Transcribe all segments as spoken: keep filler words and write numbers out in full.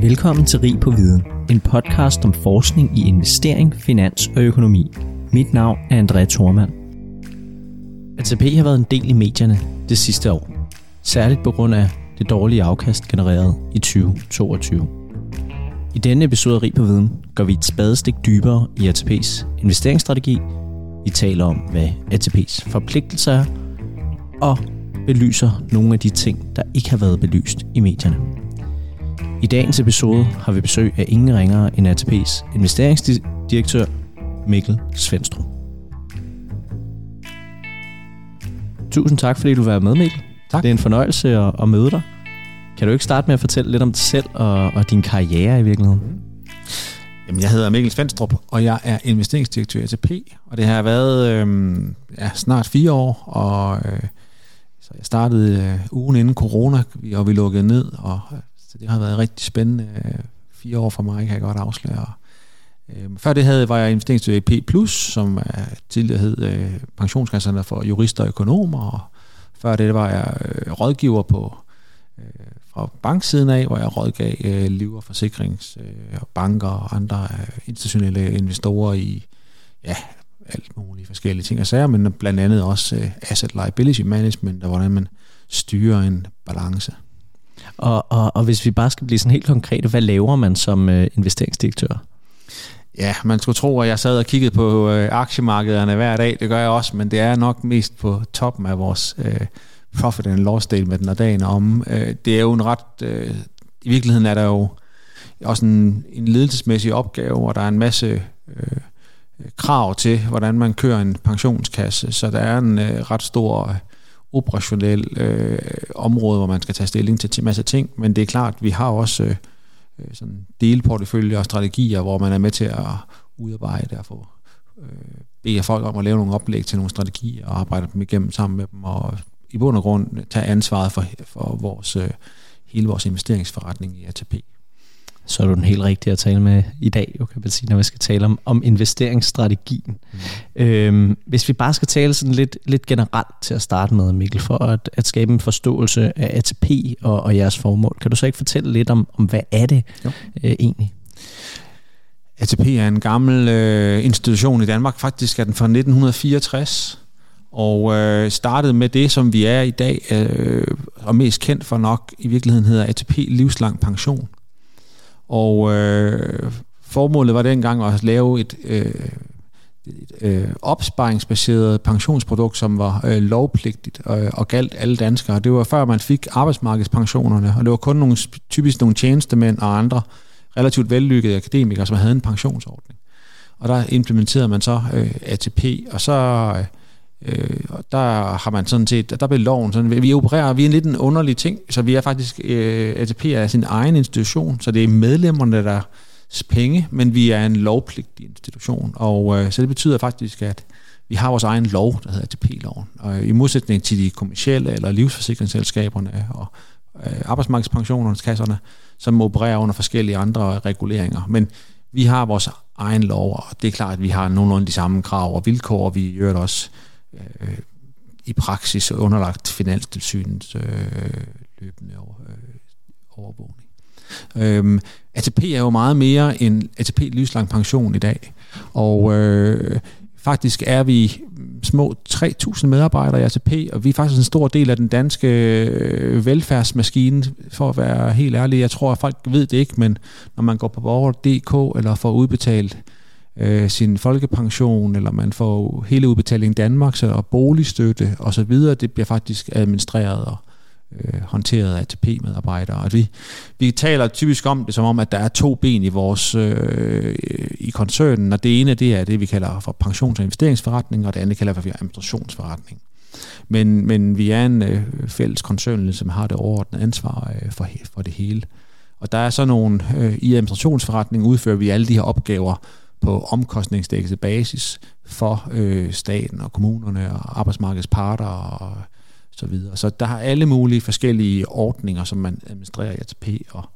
Velkommen til Rig på Viden, en podcast om forskning i investering, finans og økonomi. Mit navn er André Thormann. A T P har været en del i medierne det sidste år, særligt på grund af det dårlige afkast genereret i tyve toogtyve. I denne episode af Rig på Viden går vi et spadestik dybere i A T P's investeringsstrategi. Vi taler om, hvad A T P's forpligtelser er, og belyser nogle af de ting, der ikke har været belyst i medierne. I dagens episode har vi besøg af ingen ringere end A T P's investeringsdirektør Mikkel Svendstrup. Tusind tak, fordi du var med, Mikkel. Tak. Det er en fornøjelse at, at møde dig. Kan du ikke starte med at fortælle lidt om dig selv og, og din karriere i virkeligheden? Jamen, jeg hedder Mikkel Svendstrup, og jeg er investeringsdirektør i A T P, og det har været øh, ja, snart fire år, og øh, så jeg startede øh, ugen inden corona, og vi lukkede ned, og øh, så det har været rigtig spændende øh, fire år for mig, kan jeg godt afsløre. Øh, før det havde, var jeg investeringsdirektør i P plus, som er tidligere hed øh, pensionskasserne for jurister og økonomer, og før det var jeg øh, rådgiver på øh, fra banksiden af, hvor jeg rådgav øh, liv- og forsikrings, øh, banker og andre øh, institutionelle investorer i ja, alt muligt forskellige ting og sager, men blandt andet også øh, asset liability management, og hvordan man styrer en balance. Og, og, og hvis vi bare skal blive sådan helt konkret, hvad laver man som øh, investeringsdirektør? Ja, man skulle tro, at jeg sad og kiggede på øh, aktiemarkederne hver dag. Det gør jeg også, men det er nok mest på toppen af vores øh, profit and loss statement, når dagen er om. Øh, det er jo en ret... Øh, I virkeligheden er der jo også en, en ledelsesmæssig opgave, hvor der er en masse øh, krav til, hvordan man kører en pensionskasse. Så der er en øh, ret stor øh, operationel øh, område, hvor man skal tage stilling til en masse ting. Men det er klart, vi har også... Øh, sådan delporteføljer og strategier, hvor man er med til at udarbejde og få øh, bede folk om at lave nogle oplæg til nogle strategier og arbejde dem igennem sammen med dem, og i bund og grund tage ansvaret for, for vores, øh, hele vores investeringsforretning i A T P. Så er du den helt rigtige at tale med i dag, jo, kan man sige, når vi skal tale om, om investeringsstrategien. Mm. Øhm, hvis vi bare skal tale sådan lidt, lidt generelt til at starte med, Mikkel, for at, at skabe en forståelse af A T P og, og jeres formål, kan du så ikke fortælle lidt om, om hvad er det øh, egentlig? A T P er en gammel øh, institution i Danmark. Faktisk er den fra nitten fireogtres, og øh, startede med det, som vi er i dag, øh, og mest kendt for nok i virkeligheden hedder A T P Livslang Pension. Og øh, formålet var dengang at lave et, øh, et øh, opsparingsbaseret pensionsprodukt, som var øh, lovpligtigt og, og galt alle danskere. Det var før man fik arbejdsmarkedspensionerne, og det var kun nogle, typisk nogle tjenestemænd og andre relativt vellykkede akademikere, som havde en pensionsordning. Og der implementerede man så øh, A T P, og så øh, der har man sådan set, der blev loven sådan, vi opererer, vi er en lidt en underlig ting, så vi er faktisk, øh, A T P er sin egen institution, så det er medlemmerne, der penge, men vi er en lovpligtig institution, og øh, så det betyder faktisk, at vi har vores egen lov, der hedder A T P-loven, og i modsætning til de kommercielle eller livsforsikringsselskaberne og øh, arbejdsmarkedspensionskasserne, som opererer under forskellige andre reguleringer, men vi har vores egen lov, og det er klart, at vi har nogenlunde de samme krav og vilkår, og vi gør det også øh, i praksis underlagt Finanstilsynets øh, løbende over, øh, overvågning. Øhm, A T P er jo meget mere end A T P livslang pension i dag, og øh, faktisk er vi små tre tusind medarbejdere i A T P, og vi er faktisk en stor del af den danske øh, velfærdsmaskine, for at være helt ærlig. Jeg tror, at folk ved det ikke, men når man går på borger punktum d k eller får udbetalt øh, sin folkepension, eller man får hele udbetalingen Danmark, så og boligstøtte osv., det bliver faktisk administreret og øh, håndteret af A T P-medarbejdere. Og vi, vi taler typisk om det som om, at der er to ben i vores øh, i koncernen, og det ene det er det, vi kalder for pensions- og investeringsforretning, og det andet kalder vi for administrationsforretning. Men, men vi er en øh, fælles koncern, som har det overordnede ansvar øh, for, for det hele. Og der er så nogle, øh, i administrationsforretning udfører vi alle de her opgaver på omkostningsdækket basis for øh, staten og kommunerne og arbejdsmarkedets parter og så videre. Så der har alle mulige forskellige ordninger, som man administrerer i A T P, og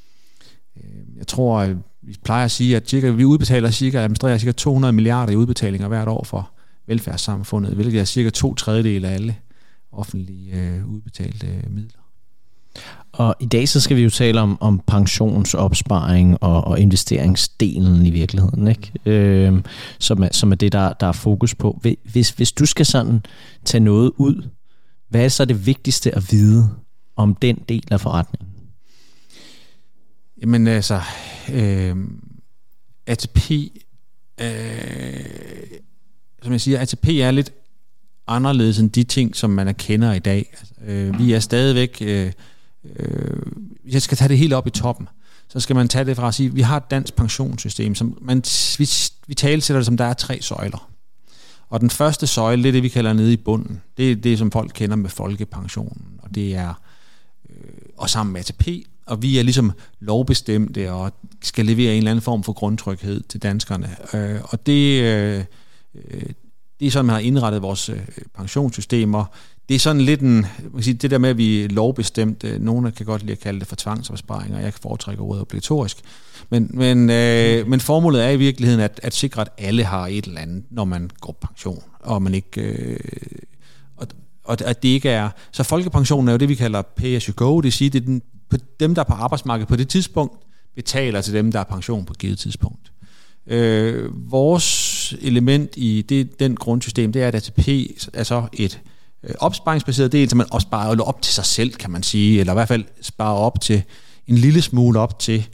øh, jeg tror, at vi plejer at sige, at cirka, vi udbetaler cirka, administrerer cirka to hundrede milliarder i udbetalinger hvert år for velfærdssamfundet, hvilket er cirka to tredjedele af alle offentlige øh, udbetalte midler. Og i dag så skal vi jo tale om, om pensionsopsparing og, og investeringsdelen i virkeligheden, ikke? Øhm, som, er, som er det, der, der er fokus på. Hvis, hvis du skal sådan tage noget ud, hvad er så det vigtigste at vide om den del af forretningen? Jamen altså, øh, A T P, øh, som jeg siger, A T P er lidt anderledes end de ting, som man kender i dag. Altså, øh, vi er stadigvæk... Øh, Øh, jeg skal tage det helt op i toppen, så skal man tage det fra at sige, vi har et dansk pensionssystem, som man, vi, vi talesætter det som, der er tre søjler. Og den første søjle, det er det, vi kalder nede i bunden. Det er det, som folk kender med folkepensionen, og det er øh, og sammen med A T P, og vi er ligesom lovbestemte og skal levere en eller anden form for grundtryghed til danskerne. Øh, og det, øh, det er sådan, man har indrettet vores øh, pensionssystemer. Det er sådan lidt en, man kan sige, det der med, at vi er lovbestemt, nogle kan godt lide at kalde det for tvangsopsparing, og jeg kan foretrække ordet obligatorisk. Men, men, øh, men formålet er i virkeligheden at, at sikre, at alle har et eller andet, når man går på pension, og man ikke... Øh, og, og at det ikke er... Så folkepensionen er jo det, vi kalder pay as you go, det vil sige, det er den, dem, der er på arbejdsmarkedet på det tidspunkt, betaler til dem, der er pension på et givet tidspunkt. Øh, vores element i det, den grundsystem, det er, at A T P er så et opsparingsbaseret del, så man opsparer op til sig selv, kan man sige, eller i hvert fald sparer op til en lille smule op til,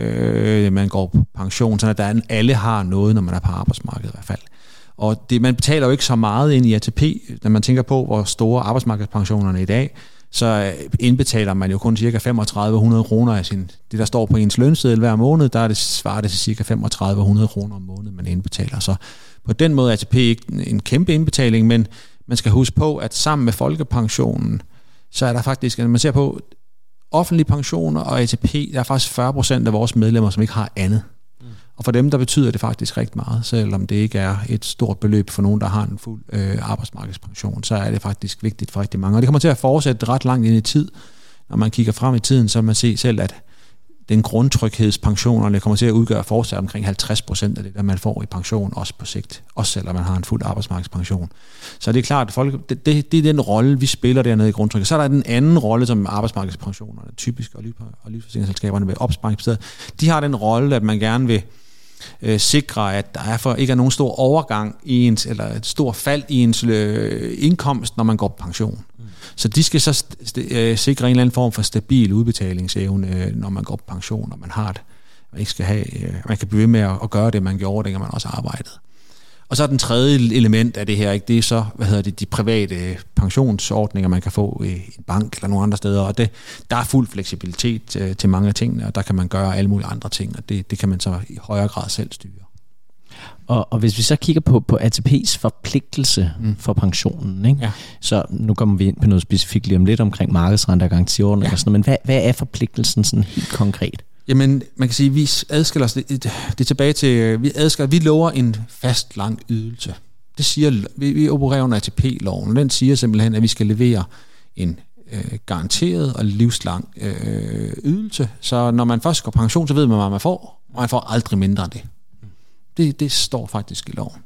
øh, man går på pension, så der alle har noget, når man er på arbejdsmarkedet i hvert fald. Og det, man betaler jo ikke så meget ind i A T P, når man tænker på, hvor store arbejdsmarkedspensionerne i dag, så indbetaler man jo kun cirka femogtredive hundrede kroner af sin, det der står på ens lønseddel hver måned, der er det, svarer det til cirka femogtredive hundrede kroner om måneden, man indbetaler. Så på den måde er A T P ikke en kæmpe indbetaling, men man skal huske på, at sammen med folkepensionen, så er der faktisk, når man ser på offentlige pensioner og A T P, der er faktisk fyrre procent af vores medlemmer, som ikke har andet. Mm. Og for dem, der betyder det faktisk rigtig meget, selvom det ikke er et stort beløb for nogen, der har en fuld øh, arbejdsmarkedspension, så er det faktisk vigtigt for rigtig mange. Og det kommer til at fortsætte ret langt ind i tid. Når man kigger frem i tiden, så man ser selv, at den grundtryghedspensionerne kommer til at udgøre fortsat omkring halvtreds procent af det, der man får i pension, også på sigt, også selvom man har en fuld arbejdsmarkedspension. Så det er klart, at folk, det, det, det er den rolle, vi spiller dernede i grundtryghed. Så er der den anden rolle, som arbejdsmarkedspensionerne, typisk, og livsforsikringsselskaberne ved opsparingsbestedet, de har den rolle, at man gerne vil øh, sikre, at der er for, ikke er nogen stor overgang i ens, eller et stort fald i ens øh, indkomst, når man går på pension. Så de skal så st- st- sikre en eller anden form for stabil udbetalingsevne, når man går på pension, når man har det. Man ikke skal have, man kan blive ved med at gøre det, man gjorde, dengang man også arbejdede. Og så er den tredje element af det her, ikke? Det er så, hvad hedder det, de private pensionsordninger, man kan få i en bank eller nogle andre steder, og det, der er fuld fleksibilitet øh, til mange af tingene, og der kan man gøre alle mulige andre ting, og det, det kan man så i højere grad selv styre. Og, og hvis vi så kigger på, på A T P's forpligtelse mm. for pensionen, ikke? Ja. Så nu kommer vi ind på noget specifikt lige om lidt omkring markedsrente og garantiordning, ja. Og sådan, men hvad, hvad er forpligtelsen sådan helt konkret? Jamen, man kan sige, at vi adskiller os, det, det er tilbage til, vi adskiller, vi lover en fast lang ydelse. Det siger, vi, vi opererer under A T P-loven, og den siger simpelthen, at vi skal levere en øh, garanteret og livslang øh, ydelse. Så når man først går på pension, så ved man, hvad man får, og man får aldrig mindre end det. Det, det står faktisk i loven.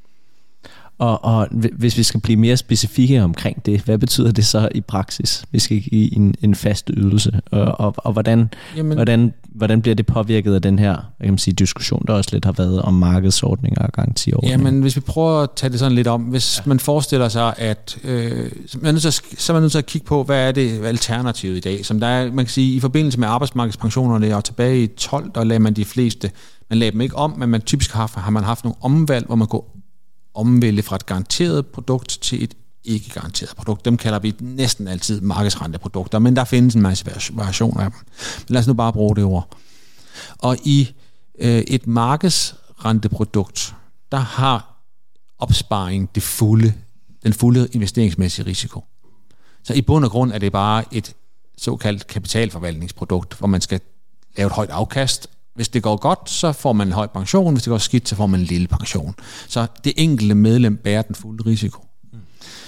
Og, og hvis vi skal blive mere specifikke omkring det, hvad betyder det så i praksis? Vi skal give en, en fast ydelse, og, og, og hvordan, hvordan, hvordan bliver det påvirket af den her, jeg kan sige, diskussion, der også lidt har været om markedsordninger og garantiordninger? Jamen, hvis vi prøver at tage det sådan lidt om, hvis ja. man forestiller sig, at øh, så, man at, så er man nødt til at kigge på, hvad er det alternativet i dag? Som der er, man kan sige, i forbindelse med arbejdsmarkedspensionerne og tilbage i tolv, der lagde man de fleste, man lagde dem ikke om, men man typisk har, har man haft nogle omvalg, hvor man går omvælge fra et garanteret produkt til et ikke garanteret produkt. Dem kalder vi næsten altid markedsrenteprodukter, men der findes en masse variationer af dem. Men lad os nu bare bruge det ord. Og i øh, et markedsrenteprodukt, der har opsparing det fulde, den fulde investeringsmæssige risiko. Så i bund og grund er det bare et såkaldt kapitalforvaltningsprodukt, hvor man skal lave et højt afkast. Hvis det går godt, så får man en høj pension. Hvis det går skidt, så får man en lille pension. Så det enkelte medlem bærer den fulde risiko. Mm.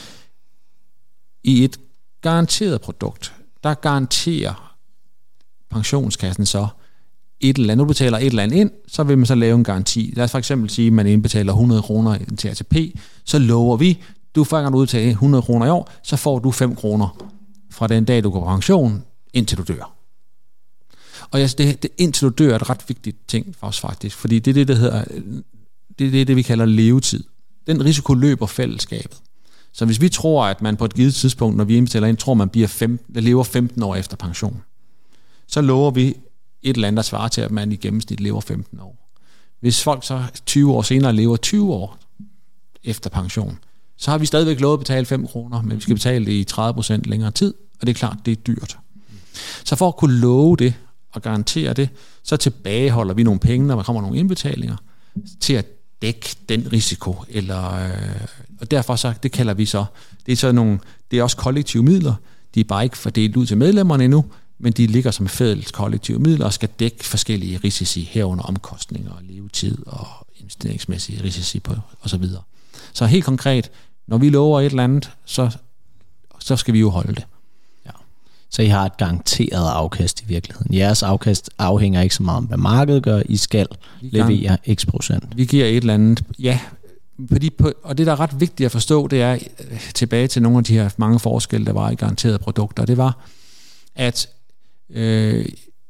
I et garanteret produkt, der garanterer pensionskassen så et eller andet. Nu betaler et eller andet ind, så vil man så lave en garanti. Lad os for eksempel sige, at man indbetaler hundrede kroner til A T P. Så lover vi, du får en udtage hundrede kroner i år, så får du fem kroner fra den dag, du går på pension indtil du dør. Og jeg, det, det indtil du dør er et ret vigtigt ting for os faktisk, fordi det er det, der hedder, det er det, det, vi kalder levetid. Den risiko løber fællesskabet. Så hvis vi tror, at man på et givet tidspunkt, når vi indbetaler ind, tror man bliver femten, der lever femten år efter pension, så lover vi et eller andet, der svarer til, at man i gennemsnit lever femten år. Hvis folk så tyve år senere lever tyve år efter pension, så har vi stadigvæk lovet at betale fem kroner, men vi skal betale det i tredive procent længere tid, og det er klart, det er dyrt. Så for at kunne love det og garantere det, så tilbageholder vi nogle penge, når der kommer nogle indbetalinger, til at dække den risiko. Eller, øh, og derfor så, det kalder vi så, det er, så nogle, det er også kollektive midler, de er bare ikke fordelt ud til medlemmerne endnu, men de ligger som fælles kollektive midler og skal dække forskellige risici herunder omkostninger, levetid og investeringsmæssige risici på osv. Så, så helt konkret, når vi lover et eller andet, så, så skal vi jo holde det. Ja. Så I har et garanteret afkast i virkeligheden. Jeres afkast afhænger ikke så meget om, hvad markedet gør. I skal levere x procent. Vi giver et eller andet, ja. Fordi på, og det, der er ret vigtigt at forstå, det er tilbage til nogle af de her mange forskelle, der var i garanterede produkter. Det var, at øh,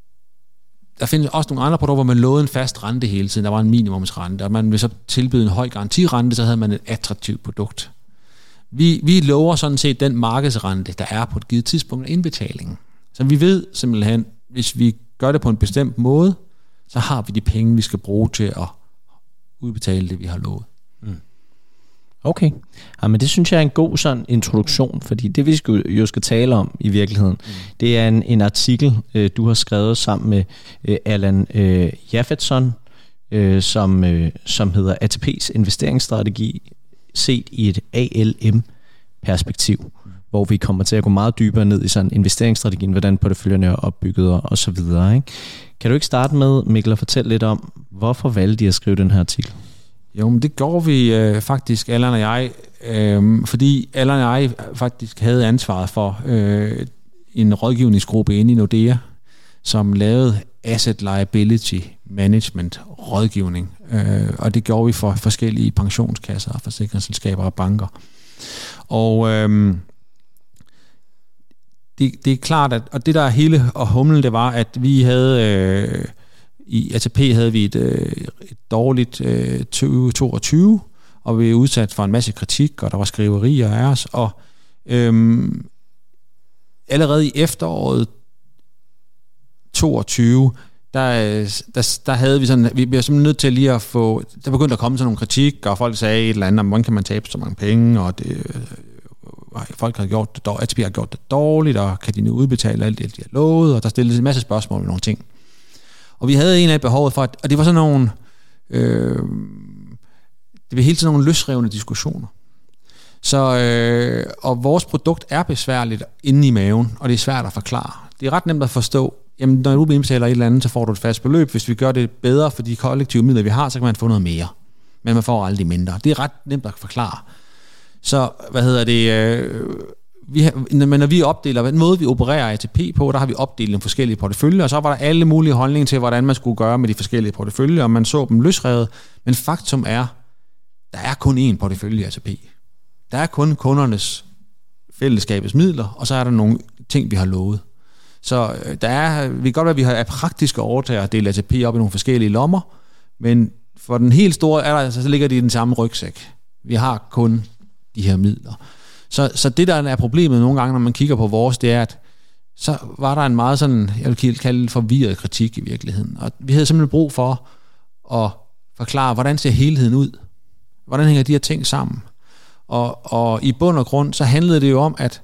der findes også nogle andre produkter, hvor man lovede en fast rente hele tiden. Der var en minimumsrente, og man vil så tilbyde en høj garantirente, så havde man et attraktivt produkt. Vi, vi lover sådan set den markedsrente, der er på et givet tidspunkt af indbetalingen. Så vi ved simpelthen, hvis vi gør det på en bestemt måde, så har vi de penge, vi skal bruge til at udbetale det, vi har lovet. Mm. Okay, ja, men det synes jeg er en god sådan introduktion, fordi det vi skal, jo skal tale om i virkeligheden, mm. det er en, en artikel, øh, du har skrevet sammen med øh, Allan øh, Jafetson, øh, som, øh, som hedder A T P's investeringsstrategi set i et A L M-perspektiv, mm. hvor vi kommer til at gå meget dybere ned i sådan investeringsstrategien, hvordan porteføljerne er opbygget og, og så videre. Ikke? Kan du ikke starte med, Mikkel, at fortælle lidt om, hvorfor valgte de at skrive den her artikel? Jo, men det gjorde vi øh, faktisk, Allan og jeg, øh, fordi Allan og jeg faktisk havde ansvaret for øh, en rådgivningsgruppe inde i Nordea, som lavede Asset Liability Management rådgivning, øh, og det gjorde vi for forskellige pensionskasser, forsikringsselskaber og banker. Og øh, det, det er klart, at og det der hele og humlen, det var, at vi havde... Øh, I A T P havde vi et, et dårligt øh, tyve toogtyve, og vi er udsat for en masse kritik, og der var skriverier af os, og øhm, allerede i efteråret toogtyve, der, der, der havde vi sådan, vi blev simpelthen nødt til lige at få, der begyndte at komme sådan nogle kritik, og folk sagde et eller andet om, hvordan kan man tabe så mange penge, og det, øh, folk havde gjort det, A T P har gjort det dårligt, og kan de nu udbetale alt det, de har lovet, og der stillede en masse spørgsmål om nogle ting. Og vi havde en af behovet for, at, og det var sådan nogle, øh, det var hele tiden nogle løsrevne diskussioner. Så, øh, og vores produkt er besværligt inde i maven, og det er svært at forklare. Det er ret nemt at forstå, jamen når du indbetaler et eller andet, så får du et fast beløb. Hvis vi gør det bedre for de kollektive midler, vi har, så kan man få noget mere. Men man får aldrig mindre. Det er ret nemt at forklare. Så, hvad hedder det... Øh, Vi har, men når vi opdeler, den måde vi opererer A T P på, der har vi opdelt nogle forskellige porteføljer, og så var der alle mulige holdninger til, hvordan man skulle gøre med de forskellige porteføljer, og man så dem løsrevet. Men faktum er, der er kun én portefølje i A T P. Der er kun kundernes fællesskabets midler, og så er der nogle ting, vi har lovet. Så der er, vi kan godt være, at vi har praktiske årsager at dele A T P op i nogle forskellige lommer, men for den helt store er der, så ligger de i den samme rygsæk. Vi har kun de her midler. Så, så det, der er problemet nogle gange, når man kigger på vores, det er, at så var der en meget sådan, jeg vil kalde det forvirret kritik i virkeligheden. Og vi havde simpelthen brug for at forklare, hvordan ser helheden ud? Hvordan hænger de her ting sammen? Og, og i bund og grund, så handlede det jo om, at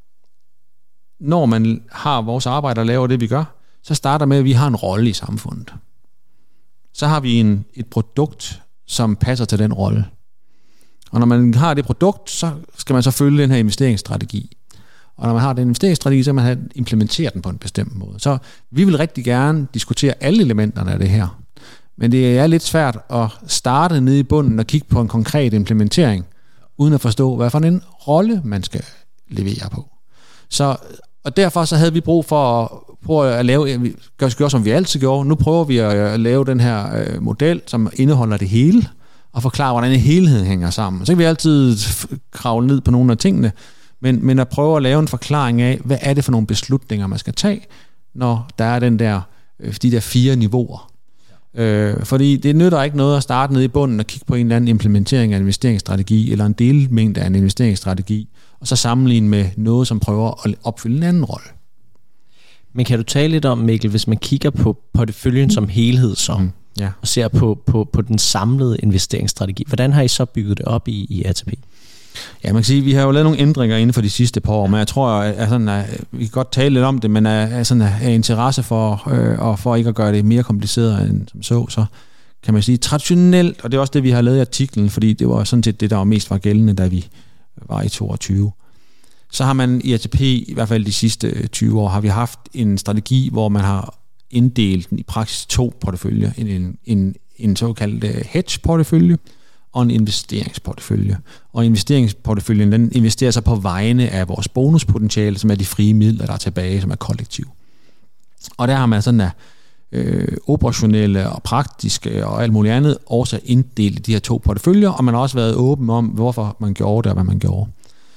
når man har vores arbejde og laver det, vi gør, så starter med, at vi har en rolle i samfundet. Så har vi en, et produkt, som passer til den rolle. Og når man har det produkt, så skal man så følge den her investeringsstrategi. Og når man har den investeringsstrategi, så skal man have implementeret den på en bestemt måde. Så vi vil rigtig gerne diskutere alle elementerne af det her. Men det er lidt svært at starte nede i bunden og kigge på en konkret implementering, uden at forstå, hvad for en rolle man skal levere på. Så, og derfor så havde vi brug for at prøve at lave, vi gør som vi altid gjorde, nu prøver vi at lave den her model, som indeholder det hele, og forklare, hvordan helheden hænger sammen. Så kan vi altid kravle ned på nogle af tingene, Men, men at prøve at lave en forklaring af, hvad er det for nogle beslutninger, man skal tage, når der er den der, de der fire niveauer. Ja. Øh, fordi det nytter ikke noget at starte nede i bunden og kigge på en eller anden implementering af en investeringsstrategi, eller en delmængde af en investeringsstrategi, og så sammenligne med noget, som prøver at opfylde en anden rolle. Men kan du tale lidt om, Mikkel, hvis man kigger på porteføljen som helhed så, mm, ja. og ser på, på, på den samlede investeringsstrategi, hvordan har I så bygget det op i, i A T P? Ja, man kan sige, at vi har jo lavet nogle ændringer inden for de sidste par år, men jeg tror, at, sådan, at vi kan godt tale lidt om det, men er, sådan, er interesse for, øh, og for ikke at gøre det mere kompliceret end som så, så kan man sige traditionelt, og det er også det, vi har lavet i artiklen, fordi det var sådan set det, der var mest var gældende, da vi var i toogtyve. Så har man i A T P, i hvert fald de sidste tyve år, har vi haft en strategi, hvor man har inddelt den i praksis to porteføljer. En, en, en, en såkaldt hedge-portefølje og en investeringsportefølje. Og investeringsporteføljen, den investerer sig på vegne af vores bonuspotentiale, som er de frie midler, der er tilbage, som er kollektiv. Og der har man sådan af øh, operationelle og praktiske og alt muligt andet også inddelt de her to porteføljer, og man har også været åben om, hvorfor man gjorde det og hvad man gjorde.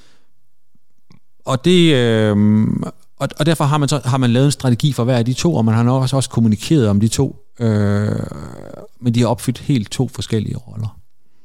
Og det øh, og, og derfor har man så har man lavet en strategi for hver af de to, og man har også også kommunikeret om de to, øh, men de har opfyldt helt to forskellige roller.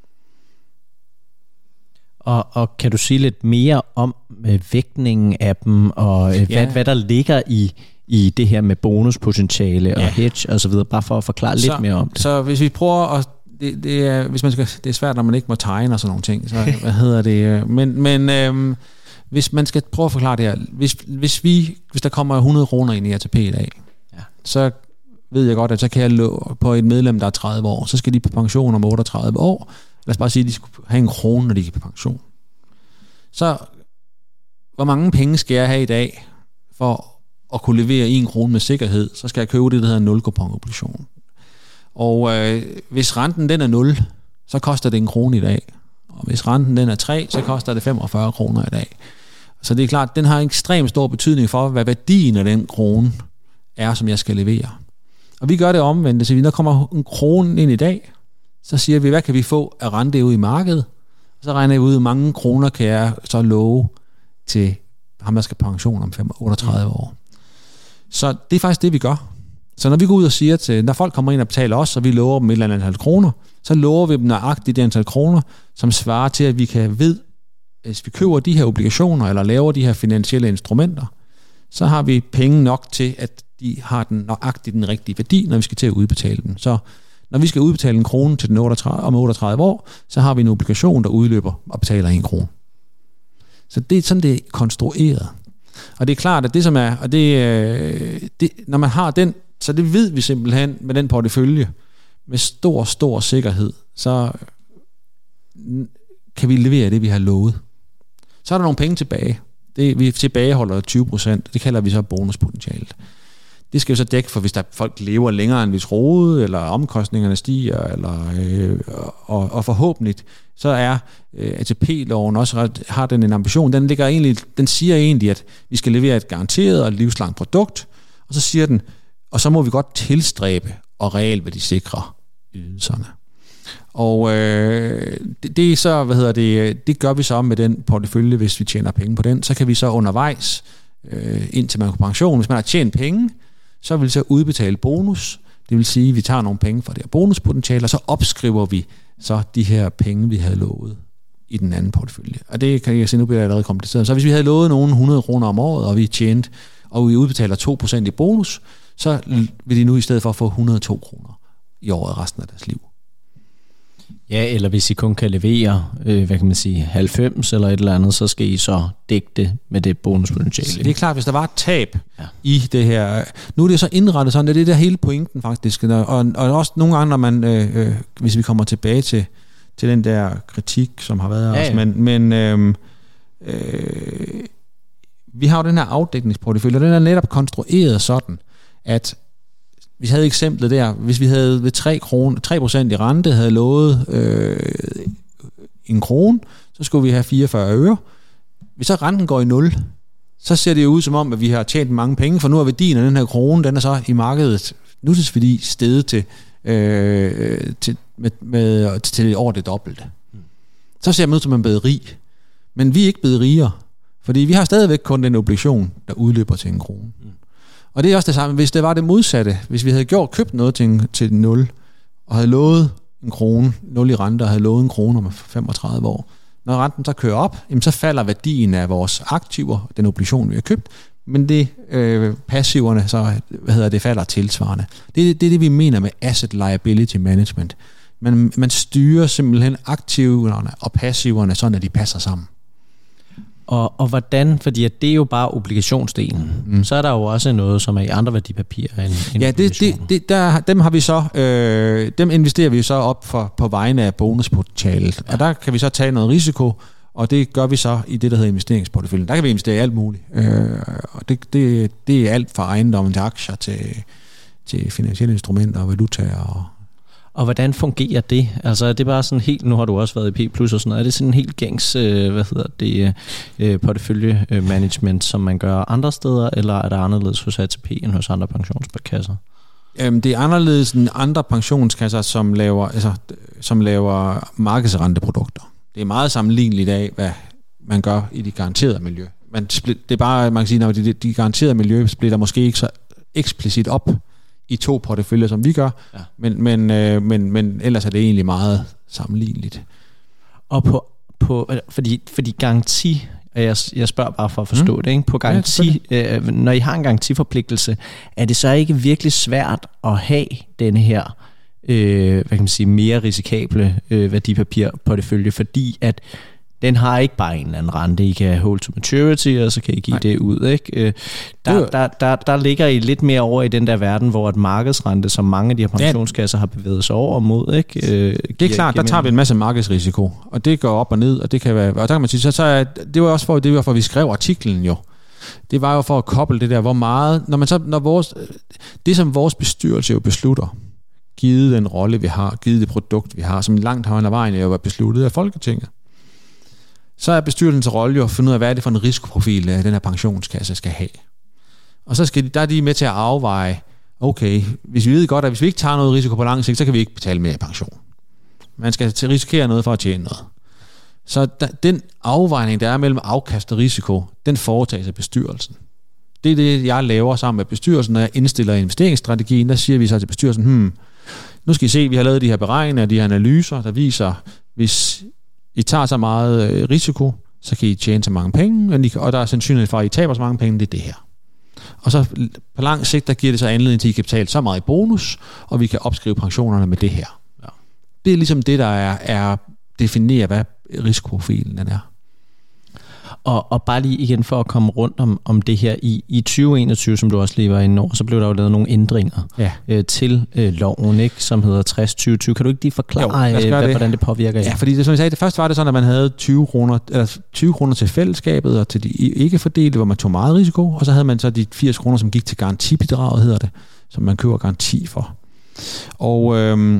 Og, og kan du sige lidt mere om øh, vægtningen af dem, og øh, ja. hvad, hvad der ligger i, i det her med bonuspotentiale ja. og hedge og så videre, bare for at forklare så, lidt mere om det. Så hvis vi prøver at det, det er hvis man skal det er svært, når man ikke må tegne og sådan nogle ting. Så hvad hedder det? Men men øh, hvis man skal prøve at forklare det her, hvis, hvis, vi, hvis der kommer hundrede kroner ind i A T P i dag, ja. så ved jeg godt, at så kan jeg lå på et medlem, der er tredive år, så skal de på pension om otteogtredive år. Lad os bare sige, at de skal have en krone, når de kan på pension. Så hvor mange penge skal jeg have i dag, for at kunne levere en krone med sikkerhed, så skal jeg købe det, der hedder en nul-kupon-obligation. Og øh, hvis renten den er nul, så koster det en krone i dag. Og hvis renten den er tre, så koster det femogfyrre kroner i dag. Så det er klart, den har en ekstremt stor betydning for, hvad værdien af den krone er, som jeg skal levere. Og vi gør det omvendt, så når der kommer en krone ind i dag, så siger vi, hvad kan vi få af rente ud i markedet? Så regner vi ud, hvor mange kroner kan jeg så love til ham, der skal pension om otteogtredive år. Så det er faktisk det, vi gør. Så når vi går ud og siger til, når folk kommer ind og betaler os, og vi lover dem et eller andet antal kroner, så lover vi dem nøjagtigt det antal kroner, som svarer til, at vi kan ved, hvis vi køber de her obligationer, eller laver de her finansielle instrumenter, så har vi penge nok til, at de har den nøjagtigt den rigtige værdi, når vi skal til at udbetale dem. Så når vi skal udbetale en krone til den otteogtredive, om otteogtredive år, så har vi en obligation, der udløber og betaler en krone. Så det er sådan, det er konstrueret. Og det er klart, at det som er, og det, det, når man har den, så det ved vi simpelthen med den portefølje, med stor, stor sikkerhed, så kan vi levere det, vi har lovet. Så er der nogle penge tilbage. Det, vi tilbageholder tyve procent, det kalder vi så bonuspotentialet. Det skal jo så dække for, hvis der folk lever længere, end vi troede, eller omkostningerne stiger, eller, øh, og, og forhåbentlig, så er øh, A T P-loven også, har den en ambition. Den, ligger egentlig, den siger egentlig, at vi skal levere et garanteret og livslangt produkt, og så siger den, og så må vi godt tilstræbe og realværdisikre ydelserne. Og øh, det, det er så, hvad hedder det, det gør vi så med den portefølje, hvis vi tjener penge på den. Så kan vi så undervejs, øh, indtil man går på pension, hvis man har tjent penge, så vil vi så udbetale bonus. Det vil sige, at vi tager nogle penge fra det her bonuspotentiale, og så opskriver vi så de her penge, vi havde lovet i den anden portefølje. Og det kan jeg se, nu bliver det allerede kompliceret. Så hvis vi havde lovet nogen hundrede kroner om året, og vi tjente, og vi udbetaler to procent i bonus, så vil de nu i stedet for få hundrede og to kroner i året resten af deres liv. Ja, eller hvis I kun kan levere, øh, hvad kan man sige, halvfems eller et eller andet, så skal I så dække det med det bonuspotentiale. Det er klart, hvis der var et tab ja. i det her. Nu er det så indrettet sådan, det er det der hele pointen faktisk. Og, og også nogle gange, når man, øh, øh, hvis vi kommer tilbage til, til den der kritik, som har været af ja, os, ja. men, men øh, øh, vi har jo den her afdækningsportefølje, og den er netop konstrueret sådan, at vi havde eksemplet der, hvis vi havde ved tre kroner, tre procent i rente, havde lovet øh, en krone, så skulle vi have fireogfyrre øre. Hvis så renten går i nul, så ser det jo ud som om, at vi har tjent mange penge, for nu er værdien af den her krone, den er så i markedet, nu er fordi steget til, øh, til, med, med, til over det dobbelte. Så ser man ud som, at man er blevet rig. Men vi er ikke blevet rigere, Fordi vi har stadigvæk kun den obligation, der udløber til en krone. Mm. Og det er også det samme, hvis det var det modsatte. Hvis vi havde gjort købt noget til, en, til nul, og havde lovet en krone, nul i rente, og havde lovet en krone om femogtredive år. Når renten så kører op, jamen så falder værdien af vores aktiver, den obligation, vi har købt, men det øh, passiverne, så hvad hedder det, falder tilsvarende. Det er det, det, vi mener med asset liability management. Man, man styrer simpelthen aktiverne og passiverne, sådan at de passer sammen. Og, og hvordan, fordi at det er jo bare obligationsdelen, mm. så er der jo også noget, som er i andre værdipapirer end, end ja, det, det, det, der, dem har vi så, øh, dem investerer vi så op for, på vegne af bonuspotentialet, ja. Og der kan vi så tage noget risiko, og det gør vi så i det, der hedder investeringsporteføljen. Der kan vi investere i alt muligt, øh, og det, det, det er alt fra ejendommen til aktier til, til finansielle instrumenter og valutaer og Og hvordan fungerer det? Altså er det bare sådan helt, nu har du også været i P plus og sådan noget, er det sådan en helt gængs, øh, hvad hedder det, øh, portefølje-management, som man gør andre steder, eller er der anderledes hos A T P end hos andre pensionskasser? Øhm, det er anderledes end andre pensionskasser, som laver, altså, som laver markedsrenteprodukter. Det er meget sammenligneligt af, hvad man gør i de garanterede miljø. Man split, det er bare, man kan sige, at de, de garanterede miljø splitter måske ikke så eksplicit op i to porteføljer, som vi gør, ja. men, men, øh, men, men ellers er det egentlig meget sammenligneligt. Og på, på fordi, fordi garanti, jeg, jeg spørger bare for at forstå mm. det, ikke? På garanti, ja, øh, når I har en garantiforpligtelse, er det så ikke virkelig svært at have denne her, øh, hvad kan man sige, mere risikable øh, værdipapirportefølje, fordi at den har ikke bare en eller anden rente, I kan hold to maturity, og så kan I give Nej. det ud. Ikke? Der, der, der, der ligger I lidt mere over i den der verden, hvor et markedsrente, som mange af de her pensionskasser har bevæget sig over mod. Ikke? Det er klart, der tager vi en masse markedsrisiko, og det går op og ned, og det kan være, og der kan man sige, så, så er, det var også for, det var for, vi skrev artiklen jo. Det var jo for at koble det der, hvor meget, når man så, når vores, det som vores bestyrelse jo beslutter, givet den rolle, vi har, givet det produkt, vi har, som langt hen ad vejen jo var besluttet af Folketinget, så er bestyrelsens rolle jo at finde ud af, hvad er det for en risikoprofil, den her pensionskasse skal have. Og så skal de, der er de med til at afveje, okay, hvis vi ved godt, at hvis vi ikke tager noget risiko på lang sigt, så kan vi ikke betale mere pension. Man skal risikere noget for at tjene noget. Så der, den afvejning, der er mellem afkast og risiko, den foretages af bestyrelsen. Det er det, jeg laver sammen med bestyrelsen, når jeg indstiller investeringsstrategien. Der siger vi så til bestyrelsen, hmm, nu skal I se, vi har lavet de her beregninger, de her analyser, der viser, hvis I tager så meget øh, risiko, så kan I tjene så mange penge, og der er sandsynlighed for, at I taber så mange penge, det er det her. Og så på lang sigt, der giver det så anledning til, at I kan betale så meget i bonus, og vi kan opskrive pensionerne med det her. Ja. Det er ligesom det, der er, er definerer, hvad risikoprofilen den er. Og, og bare lige igen for at komme rundt om, om det her, i, i tyve enogtyve, som du også lige var inde over, så blev der jo lavet nogle ændringer ja. øh, til øh, loven, ikke, som hedder tres tyve tyve. Kan du ikke lige forklare, jo, hvad, det. hvordan det påvirker? Ja, fordi det, som jeg sagde, det første var det sådan, at man havde tyve kroner, eller tyve kroner til fællesskabet og til de ikke fordelte, hvor man tog meget risiko, og så havde man så de firs kroner, som gik til garantibidraget, hedder det, som man køber garanti for. Og øhm,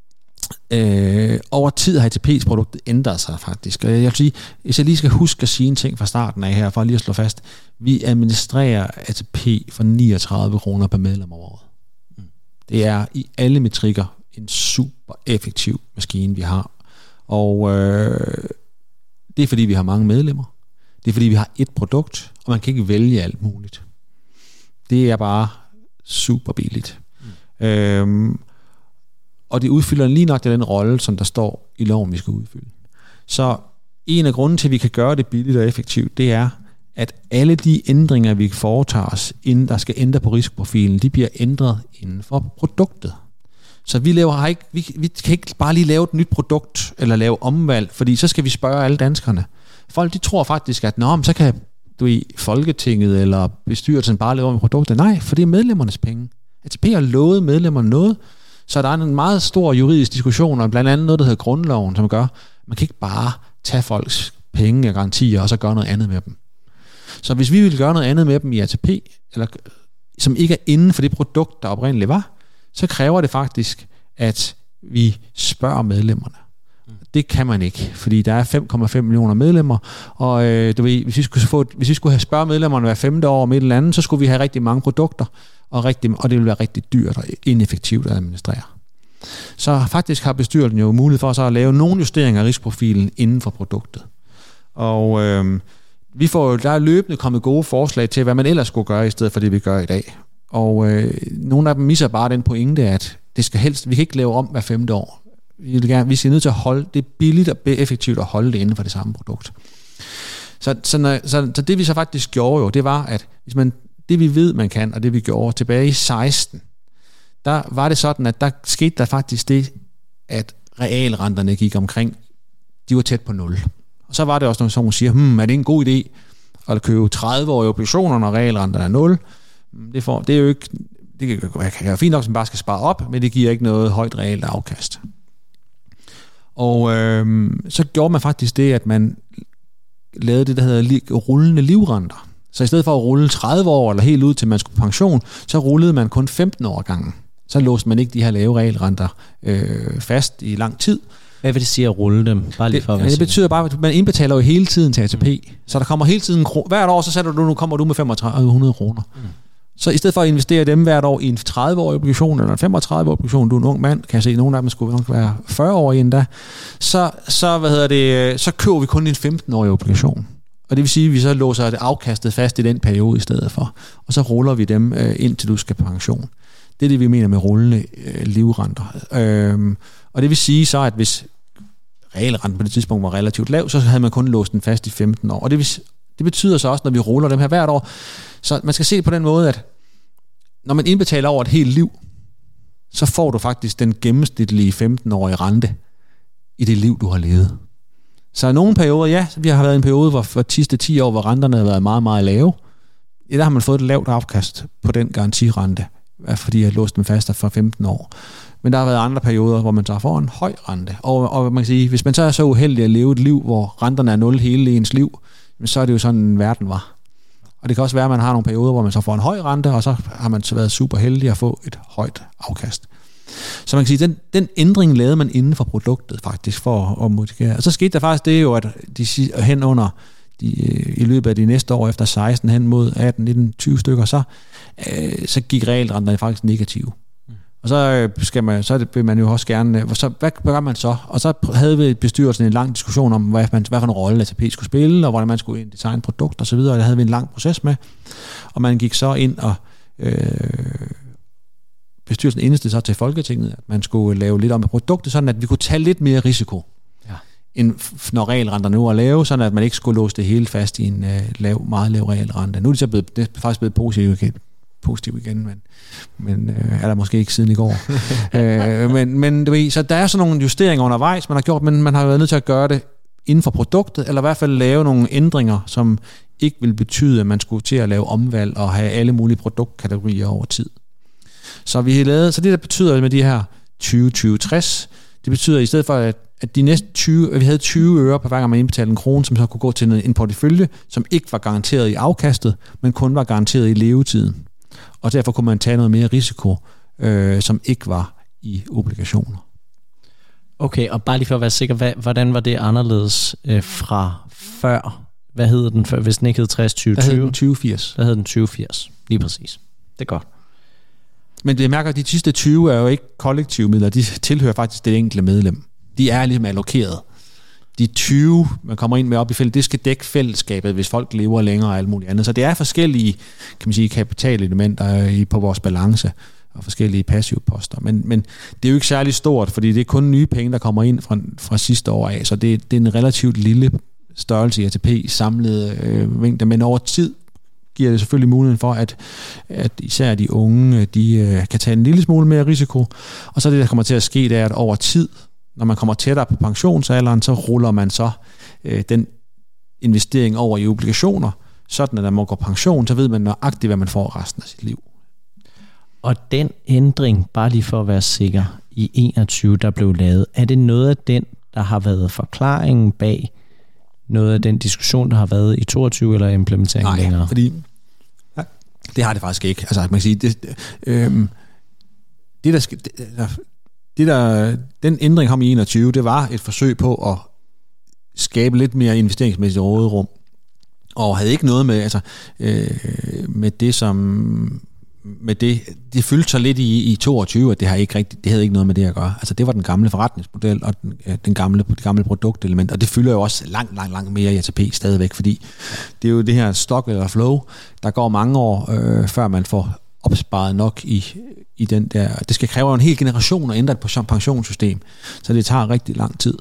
Øh, over tid har A T P's produkt ændret sig faktisk. Og jeg vil sige, hvis jeg lige skal huske at sige en ting fra starten af her, for lige at slå fast, vi administrerer A T P for niogtredive kroner per medlem om året. Det er i alle metrikker en super effektiv maskine, vi har. Og øh, det er fordi, vi har mange medlemmer. Det er fordi, vi har et produkt, og man kan ikke vælge alt muligt. Det er bare super billigt. Mm. Øhm, Og det udfylder lige nok den rolle, som der står i loven, vi skal udfylde. Så en af grunden til, at vi kan gøre det billigt og effektivt, det er, at alle de ændringer, vi foretager os, inden der skal ændre på risikoprofilen, de bliver ændret inden for produktet. Så vi, laver, ikke, vi, vi kan ikke bare lige lave et nyt produkt, eller lave omvalg, fordi så skal vi spørge alle danskerne. Folk, de tror faktisk, at nå, så kan du i Folketinget eller bestyrelsen bare lave om produkter. Nej, for det er medlemmernes penge. A T P har lovet medlemmerne noget, så der er en meget stor juridisk diskussion om blandt andet noget, der hedder grundloven, som gør, man kan ikke bare tage folks penge og garantier, og så gøre noget andet med dem. Så hvis vi vil gøre noget andet med dem i A T P, eller som ikke er inden for det produkt, der oprindeligt var, så kræver det faktisk, at vi spørger medlemmerne. Det kan man ikke, fordi der er fem komma fem millioner medlemmer, og øh, du ved, hvis vi skulle få, hvis vi skulle have spørge medlemmerne hver femte år om et eller andet, så skulle vi have rigtig mange produkter, og, rigtig, og det ville være rigtig dyrt og ineffektivt at administrere. Så faktisk har bestyrelsen jo mulighed for så at lave nogle justeringer af risikoprofilen inden for produktet. Og øh, vi får, der er løbende kommet gode forslag til, hvad man ellers skulle gøre, i stedet for det, vi gør i dag. Og øh, nogle af dem misser bare den pointe, at det skal helst, vi kan ikke lave om hver femte år. Vi, vil gerne, vi skal nødt til at holde det billigt og effektivt at holde det inden for det samme produkt. Så, så, når, så, så det vi så faktisk gjorde jo, det var, at hvis man, det vi ved, man kan, og det vi gjorde tilbage i seksten, der var det sådan, at der skete der faktisk det, at realrenterne gik omkring, de var tæt på nul. Og så var det også, når nogen siger, hmm, er det en god idé at købe tredive-årige obligationer, når realrenterne er nul? Det, får, det er jo ikke, det kan, kan jo fint nok, at man bare skal spare op, men det giver ikke noget højt reelt afkast. Og øh, så gjorde man faktisk det, at man lavede det, der hedder li- rullende livrenter. Så i stedet for at rulle tredive år, eller helt ud til man skulle på pension, så rullede man kun femten år ad gangen. Så låste man ikke de her lave realrenter øh, fast i lang tid. Hvad vil det sige at rulle dem? Bare lige for det, det betyder bare, at man indbetaler jo hele tiden til A T P. Mm. Så der kommer hele tiden, hvert år, så sætter du, nu kommer du med femogtredive hundrede kroner. Mm. Så i stedet for at investere dem hvert år i en tredive-årig obligation, eller en femogtredive-årig obligation, du er en ung mand, kan jeg se, at nogle af dem skulle nok være fyrre-årige endda, så, så, hvad hedder det, så køber vi kun en femten-årig obligation. Og det vil sige, at vi så låser det afkastet fast i den periode i stedet for. Og så ruller vi dem øh, indtil du skal på pension. Det er det, vi mener med rullende øh, livrenter. Øhm, og det vil sige så, at hvis realrenten på det tidspunkt var relativt lav, så havde man kun låst den fast i femten år. Og det, vil, det betyder så også, når vi ruller dem her hvert år, så man skal se det på den måde, at når man indbetaler over et helt liv, så får du faktisk den gennemsnitlige femten-årige rente i det liv, du har levet. Så i nogle perioder, ja, vi har været i en periode, hvor for de sidste ti år, hvor renterne har været meget, meget lave, ja, der har man fået et lavt afkast på den garantirente, fordi jeg har låst dem fast for femten år. Men der har været andre perioder, hvor man så får en høj rente. Og, og man kan sige, hvis man så er så uheldig at leve et liv, hvor renterne er nul hele ens liv, så er det jo sådan, verden var. Og det kan også være, at man har nogle perioder, hvor man så får en høj rente, og så har man så været super heldig at få et højt afkast. Så man kan sige, den, den ændring lavede man inden for produktet faktisk for at motivere. Og så skete der faktisk det jo, at de hen under de, i løbet af de næste år efter seksten hen mod atten, nitten, tyve stykker, så, øh, så gik realrenterne faktisk negative. Mm. Og så skal man, så vil man jo også gerne, så hvad gør man så? Og så havde vi bestyrelsen en lang diskussion om, hvad, man, hvad for en rolle A T P skulle spille, og hvordan man skulle designe produkt og så videre, og det havde vi en lang proces med. Og man gik så ind og øh, bestyrelsen indestede så til Folketinget, at man skulle lave lidt om med produktet, sådan at vi kunne tage lidt mere risiko, ja, end når realrenter nu er lave, sådan at man ikke skulle låse det hele fast i en uh, lav, meget lav realrente. Nu er det så blevet, det er faktisk blevet positivt igen, positiv igen, men, men uh, er der måske ikke siden i går. uh, men, men du ved, så der er sådan nogle justeringer undervejs, man har gjort, men man har været nødt til at gøre det inden for produktet, eller i hvert fald lave nogle ændringer, som ikke vil betyde, at man skulle til at lave omvalg og have alle mulige produktkategorier over tid. Så vi har lavet, så det der betyder med de her tyve tyve tres, det betyder i stedet for at, at de næste tyve, at vi havde tyve øre på hver gang man indbetalte en krone, som så kunne gå til en portefølje, som ikke var garanteret i afkastet, men kun var garanteret i levetiden. Og derfor kunne man tage noget mere risiko, øh, som ikke var i obligationer. Okay, og bare lige for at være sikker, hvad, hvordan var det anderledes øh, fra før? Hvad hed den før, hvis den ikke hed tres tyve tyve? Der hed den tyve firs. Der hed den tyve firs, lige præcis. Det er godt. Men det mærker, at de sidste tyve er jo ikke kollektive midler, de tilhører faktisk det enkelte medlem. De er ligesom allokeret. De tyve, man kommer ind med op i fældet, det skal dække fællesskabet, hvis folk lever længere og alt muligt andet. Så det er forskellige, kan man sige, kapitalelementer i, på vores balance og forskellige passivposter. Men, men det er jo ikke særlig stort, fordi det er kun nye penge, der kommer ind fra, fra sidste år af, så det, det er en relativt lille størrelse i A T P i samlede øh, mængder, men over tid giver det selvfølgelig muligheden for, at, at især de unge, de øh, kan tage en lille smule mere risiko. Og så det, der kommer til at ske, det er, at over tid, når man kommer tættere på pensionsalderen, så ruller man så øh, den investering over i obligationer, sådan at når man går pension, så ved man nøjagtigt, hvad man får resten af sit liv. Og den ændring, bare lige for at være sikker, i enogtyve, der blev lavet, er det noget af den, der har været forklaringen bag noget af den diskussion, der har været i toogtyve, eller implementeringen Nej, længere? Nej, fordi nej, det har det faktisk ikke. Altså, man kan sige, det, øh, det, der, det, der, det der, den ændring kom i enogtyve, det var et forsøg på at skabe lidt mere investeringsmæssigt råderum, og havde ikke noget med, altså, øh, med det, som med det, det fyldte så lidt i, i toogtyve, at det, har ikke rigtig, det havde ikke noget med det at gøre. Altså det var den gamle forretningsmodel og den, den gamle, det gamle produktelement, og det fylder jo også langt, langt, langt mere i A T P stadigvæk, fordi det er jo det her stock eller flow, der går mange år, øh, før man får opsparet nok i, i den der. Det skal kræve en hel generation at ændre et pensionssystem, så det tager rigtig lang tid.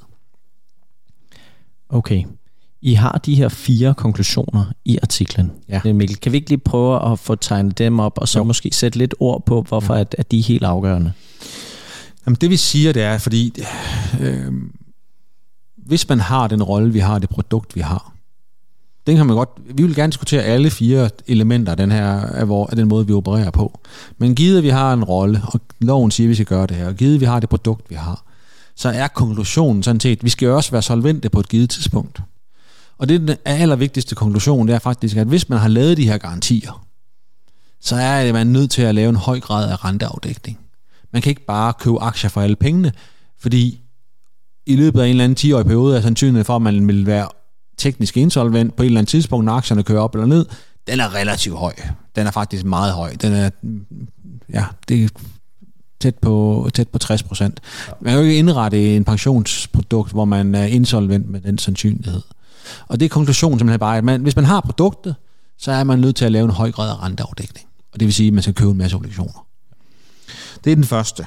Okay. I har de her fire konklusioner i artiklen. Ja. Mikkel, kan vi ikke lige prøve at få tegnet dem op, og så jo. måske sætte lidt ord på, hvorfor ja. at, at de er helt afgørende? Jamen det vi siger, det er, fordi øh, hvis man har den rolle, vi har, det produkt, vi har, den kan man godt, vi vil gerne diskutere alle fire elementer af den her, af, hvor, af den måde, vi opererer på. Men givet, at vi har en rolle, og loven siger, at vi skal gøre det her, og givet, at vi har det produkt, vi har, så er konklusionen sådan set, at vi skal også være solvente på et givet tidspunkt. Og det er den allervigtigste konklusion, det er faktisk, at hvis man har lavet de her garantier, så er man nødt til at lave en høj grad af renteafdækning. Man kan ikke bare købe aktier for alle pengene, fordi i løbet af en eller anden ti-årig periode er sandsynligheden for, at man vil være teknisk insolvent på et eller andet tidspunkt, når aktierne kører op eller ned, den er relativt høj. Den er faktisk meget høj. Den er, ja, det er tæt på, tæt på tres procent. Man kan jo ikke indrette en pensionsprodukt, hvor man er insolvent med den sandsynlighed. Og det er konklusionen simpelthen bare, at man, hvis man har produktet, så er man nødt til at lave en høj grad af renteafdækning. Og det vil sige, at man skal købe en masse obligationer. Det er den første.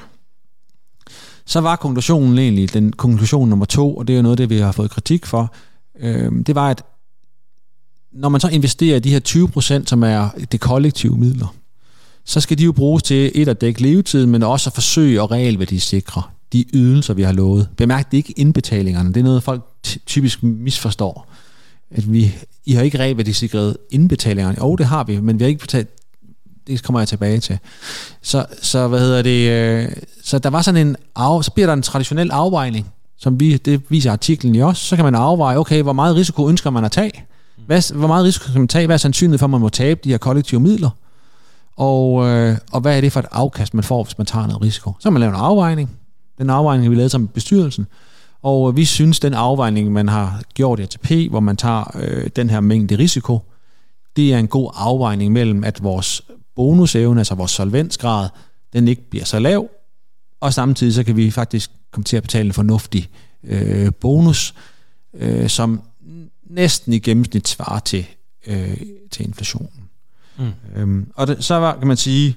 Så var konklusionen egentlig, den konklusion nummer to, og det er jo noget af det, vi har fået kritik for, øh, det var, at når man så investerer i de her tyve procent, som er det kollektive midler, så skal de jo bruges til et at dække levetiden, men også at forsøge at realværdisikre de ydelser, vi har lovet. Bemærk, det er ikke indbetalingerne. Det er noget, folk typisk misforstår. At vi, I har ikke realværdisikret indbetalingerne. Jo, det har vi, men vi har ikke betalt. Det kommer jeg tilbage til. Så, så hvad hedder det? Så der var sådan en af, så bliver der en traditionel afvejning, som vi, det viser artiklen i os. Så kan man afveje, okay, hvor meget risiko ønsker man at tage? Hvad, hvor meget risiko kan man tage? Hvad er sandsynligheden for, at man må tabe de her kollektive midler? Og, øh, og hvad er det for et afkast, man får, hvis man tager noget risiko? Så kan man lave en afvejning. Den afvejning, vi lavede sammen med bestyrelsen. Og vi synes, den afvejning, man har gjort i A T P, hvor man tager øh, den her mængde risiko, det er en god afvejning mellem, at vores bonusevne, altså vores solvensgrad, den ikke bliver så lav, og samtidig så kan vi faktisk komme til at betale en fornuftig øh, bonus, øh, som næsten i gennemsnit svarer til, øh, til inflationen. Mm. Øhm, og det, så var, kan man sige,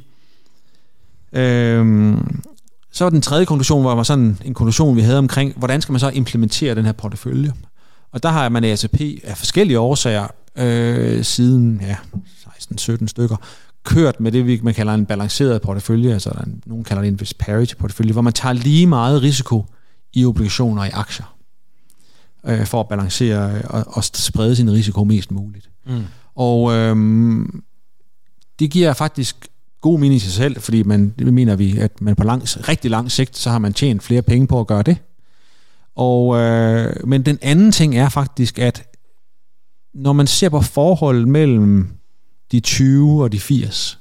øhm, så var den tredje konklusion, var sådan en konklusion, vi havde omkring, hvordan skal man så implementere den her portefølje. Og der har man i A T P af forskellige årsager, øh, siden ja, seksten sytten stykker, kørt med det, man kalder en balanceret portefølje, altså der, nogen kalder det en inverse parity portefølje, hvor man tager lige meget risiko i obligationer og i aktier, øh, for at balancere og, og sprede sin risiko mest muligt. Mm. Og øhm, det giver faktisk god mening i sig selv, fordi man, det mener vi, at man på lang, rigtig lang sigt, så har man tjent flere penge på at gøre det. Og, øh, men den anden ting er faktisk, at når man ser på forholdet mellem de tyve og de firs,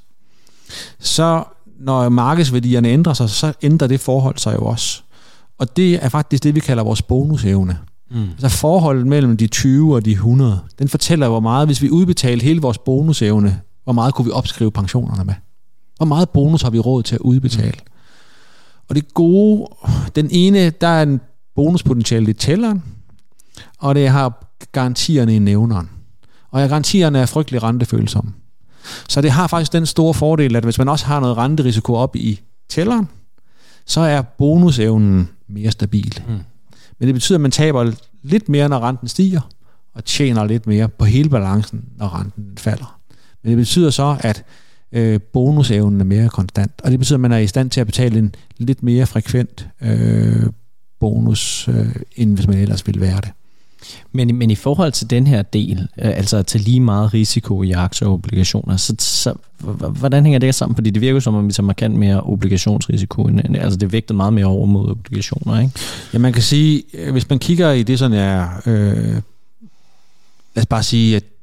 så når markedsværdierne ændrer sig, så ændrer det forhold sig jo også. Og det er faktisk det, vi kalder vores bonusevne. Mm. Altså forholdet mellem de tyve og de hundrede, den fortæller hvor meget, hvis vi udbetalte hele vores bonusevne, hvor meget kunne vi opskrive pensionerne med. Hvor meget bonus har vi råd til at udbetale. Mm. Og det gode, den ene, der er en bonuspotentiale i tælleren, og det har garantierne i nævneren. Og garantierne er frygtelig rentefølsomme. Så det har faktisk den store fordel, at hvis man også har noget renterisiko op i tælleren, så er bonusevnen mere stabil. Mm. Men det betyder, at man taber lidt mere, når renten stiger, og tjener lidt mere på hele balancen, når renten falder. Men det betyder så, at øh, bonusevnen er mere konstant, og det betyder, at man er i stand til at betale en lidt mere frekvent øh, bonus, øh, end hvis man ellers ville være det. Men, men i forhold til den her del, øh, altså til lige meget risiko i aktier og obligationer, så, så hvordan hænger det sammen? Fordi det virker som om vi tager markant mere obligationsrisiko, end, altså det vægter meget mere over mod obligationer, ikke? Ja, man kan sige, hvis man kigger i det sådan er, øh, lad os bare sige, at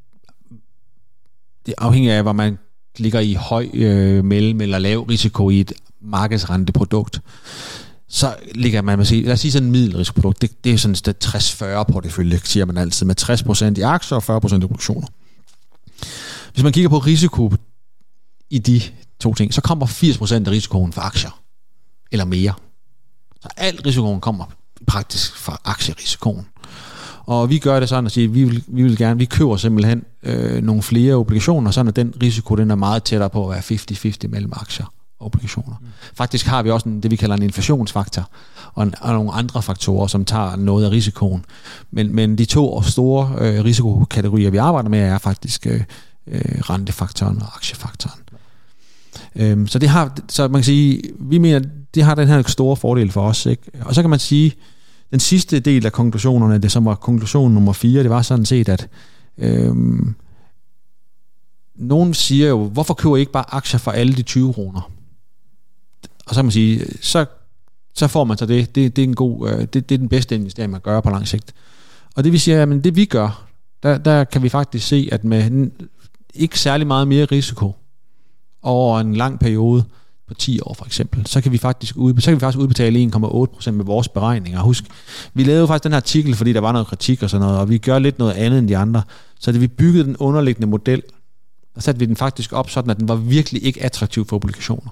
det afhænger af, hvor man ligger i høj, øh, mellem eller lav risiko i et markedsrenteprodukt, så ligger man, man sige, lad os sige sådan en middelrisikoprodukt, det, det er sådan et tres fyrre portefølje, siger man altid, med tres procent i aktier og fyrre procent i obligationer. Hvis man kigger på risiko i de to ting, så kommer firs procent af risikoen fra aktier, eller mere. Så al risikoen kommer praktisk fra aktierisikoen. Og vi gør det sådan at sige, vi vil, vi vil gerne, vi køber simpelthen øh, nogle flere obligationer, sådan at den risiko, den er meget tættere på at være halvtreds halvtreds mellem aktier og obligationer. Mm. Faktisk har vi også en, det, vi kalder en inflationsfaktor, og, en, og nogle andre faktorer, som tager noget af risikoen. Men, men de to store øh, risikokategorier, vi arbejder med, er faktisk øh, øh, rentefaktoren og aktiefaktoren. Øhm, så det har, så man kan sige, vi mener, det har den her store fordel for os, ikke? Og så kan man sige, den sidste del af konklusionerne, det som var konklusion nummer fire, det var sådan set, at øhm, nogen siger jo, hvorfor køber I ikke bare aktier for alle de tyve kroner? Og så kan man sige, så, så får man så det, det, det er en god, øh, det, det er den bedste investering, man gør på lang sigt. Og det vi siger, jamen det vi gør, der, der kan vi faktisk se, at med ikke særlig meget mere risiko over en lang periode, på ti år for eksempel, så kan vi faktisk udbetale, så kan vi faktisk udbetale en komma otte procent med vores beregninger. Husk, vi lavede jo faktisk den her artikel, fordi der var noget kritik og sådan noget, og vi gør lidt noget andet end de andre. Så da vi byggede den underliggende model, der satte vi den faktisk op, sådan at den var virkelig ikke attraktiv for obligationer.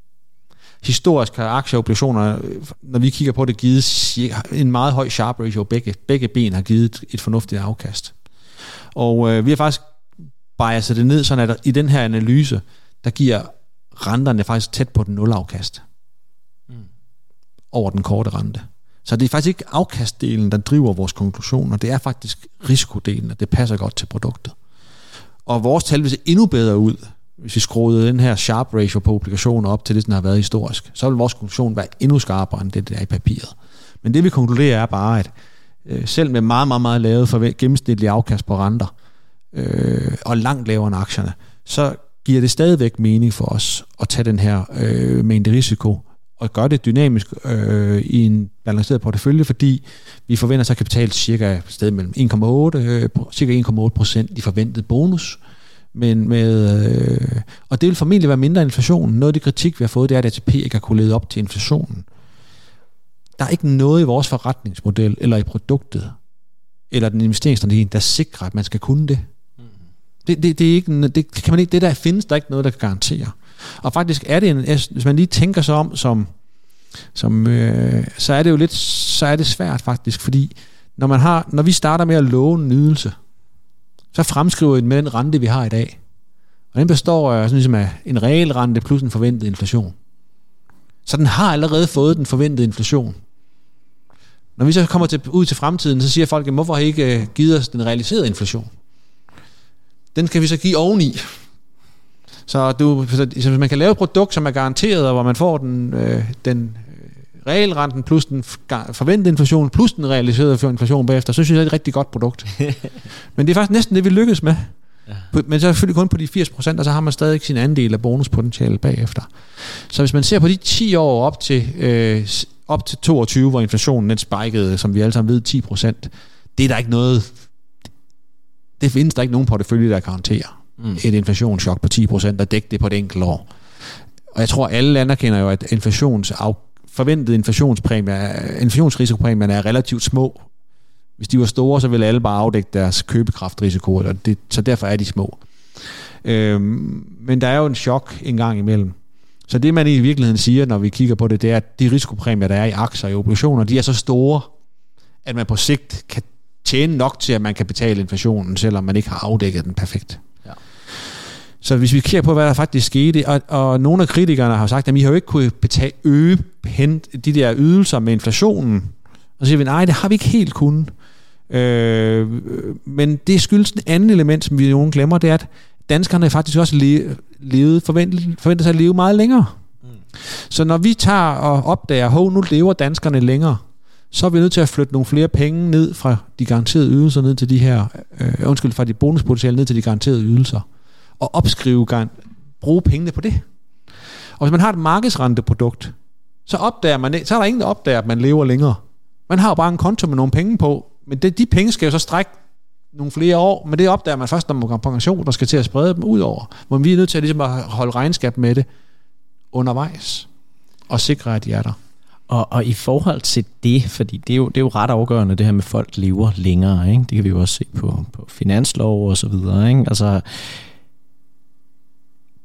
Historisk har aktieobligationer, når vi kigger på det, givet en meget høj Sharpe ratio. Begge, begge ben har givet et fornuftigt afkast. Og øh, vi har faktisk biaset det ned, sådan at i den her analyse, der giver renterne faktisk tæt på den nulafkast mm. over den korte rente. Så det er faktisk ikke afkastdelen, der driver vores konklusioner. Det er faktisk risikodelen, og det passer godt til produktet. Og vores tal vil se endnu bedre ud, hvis vi skruede den her Sharpe ratio på obligationer op til det, den har været historisk. Så vil vores konklusion være endnu skarpere end det, der er i papiret. Men det vi konkluderer er bare, at øh, selv med meget, meget, meget lavet for gennemsnitlig afkast på renter, øh, og langt lavere end aktierne, så giver det stadigvæk mening for os at tage den her øh, mængde risiko og gøre det dynamisk øh, i en balanceret portefølje, fordi vi forventer så kapital cirka sted mellem en komma otte øh, cirka en komma otte procent i forventet bonus, men med øh, og det vil formentlig være mindre inflation. Noget af det kritik vi har fået, det er at A T P ikke har kunnet lede op til inflationen. Der er ikke noget i vores forretningsmodel eller i produktet eller den investeringsstrategi, der sikrer at man skal kunne det. Det, det, det, er ikke, det, kan man ikke, det der findes der ikke noget, der kan garantere. Og faktisk er det en, hvis man lige tænker sig om, som, som, øh, så er det jo lidt, så er det svært faktisk, fordi når, man har, når vi starter med at låne en ydelse, så fremskriver vi med den rente, vi har i dag. Og den består af, sådan ligesom af en reel rente plus en forventet inflation. Så den har allerede fået den forventede inflation. Når vi så kommer til, ud til fremtiden, så siger folk, hvorfor har I ikke givet os den realiserede inflation? Den skal vi så give oveni. Så, du, så hvis man kan lave et produkt, som er garanteret, og hvor man får den, øh, den realrenten plus den forventede inflation, plus den realiserede inflation bagefter, så synes jeg, det er et rigtig godt produkt. Men det er faktisk næsten det, vi lykkes med. Ja. Men så er det selvfølgelig kun på de firs procent, og så har man stadig ikke sin andel af bonuspotentiale bagefter. Så hvis man ser på de ti år op til, øh, op til toogtyve, hvor inflationen net spikede, som vi alle sammen ved, ti procent, det er der ikke noget... Det findes der ikke nogen portefølje, der garanterer mm. et inflationschok på ti procent og dække det på et enkelt år. Og jeg tror, alle anerkender jo, at inflations forventede inflationspræmier, inflationsrisikopræmierne er relativt små. Hvis de var store, så ville alle bare afdække deres købekraftrisiko, og det, så derfor er de små. Øhm, men der er jo en chok en gang imellem. Så det, man i virkeligheden siger, når vi kigger på det, det er, at de risikopræmier, der er i aktier og i obligationer, de er så store, at man på sigt kan tjene nok til, at man kan betale inflationen, selvom man ikke har afdækket den perfekt. Ja. Så hvis vi kigger på, hvad der faktisk skete, og, og nogle af kritikerne har sagt, at I har jo ikke kunnet betale, øge de der ydelser med inflationen, og så siger vi, nej, det har vi ikke helt kunnet. Øh, men det skyldes en anden element, som vi nogen glemmer, det er, at danskerne faktisk også leve, levede, forventer, forventer sig at leve meget længere. Mm. Så når vi tager og opdager, hov, nu lever danskerne længere, så er vi nødt til at flytte nogle flere penge ned fra de garanterede ydelser ned til de her, øh, undskyld, fra de bonuspotentiale ned til de garanterede ydelser, og opskrive, bruge pengene på det. Og hvis man har et markedsrenteprodukt, så opdager man, så er der ingen, der opdager, at man lever længere. Man har jo bare en konto med nogle penge på, men det, de penge skal jo så strække nogle flere år, men det opdager man først, når man kommer på pension, der skal til at sprede dem ud over. Men vi er nødt til at, ligesom at holde regnskab med det undervejs, og sikre, at de er der. Og, og i forhold til det, fordi det er, jo, det er jo ret afgørende, det her med, at folk lever længere, ikke? Det kan vi jo også se på, på finanslov og så videre, ikke? Altså,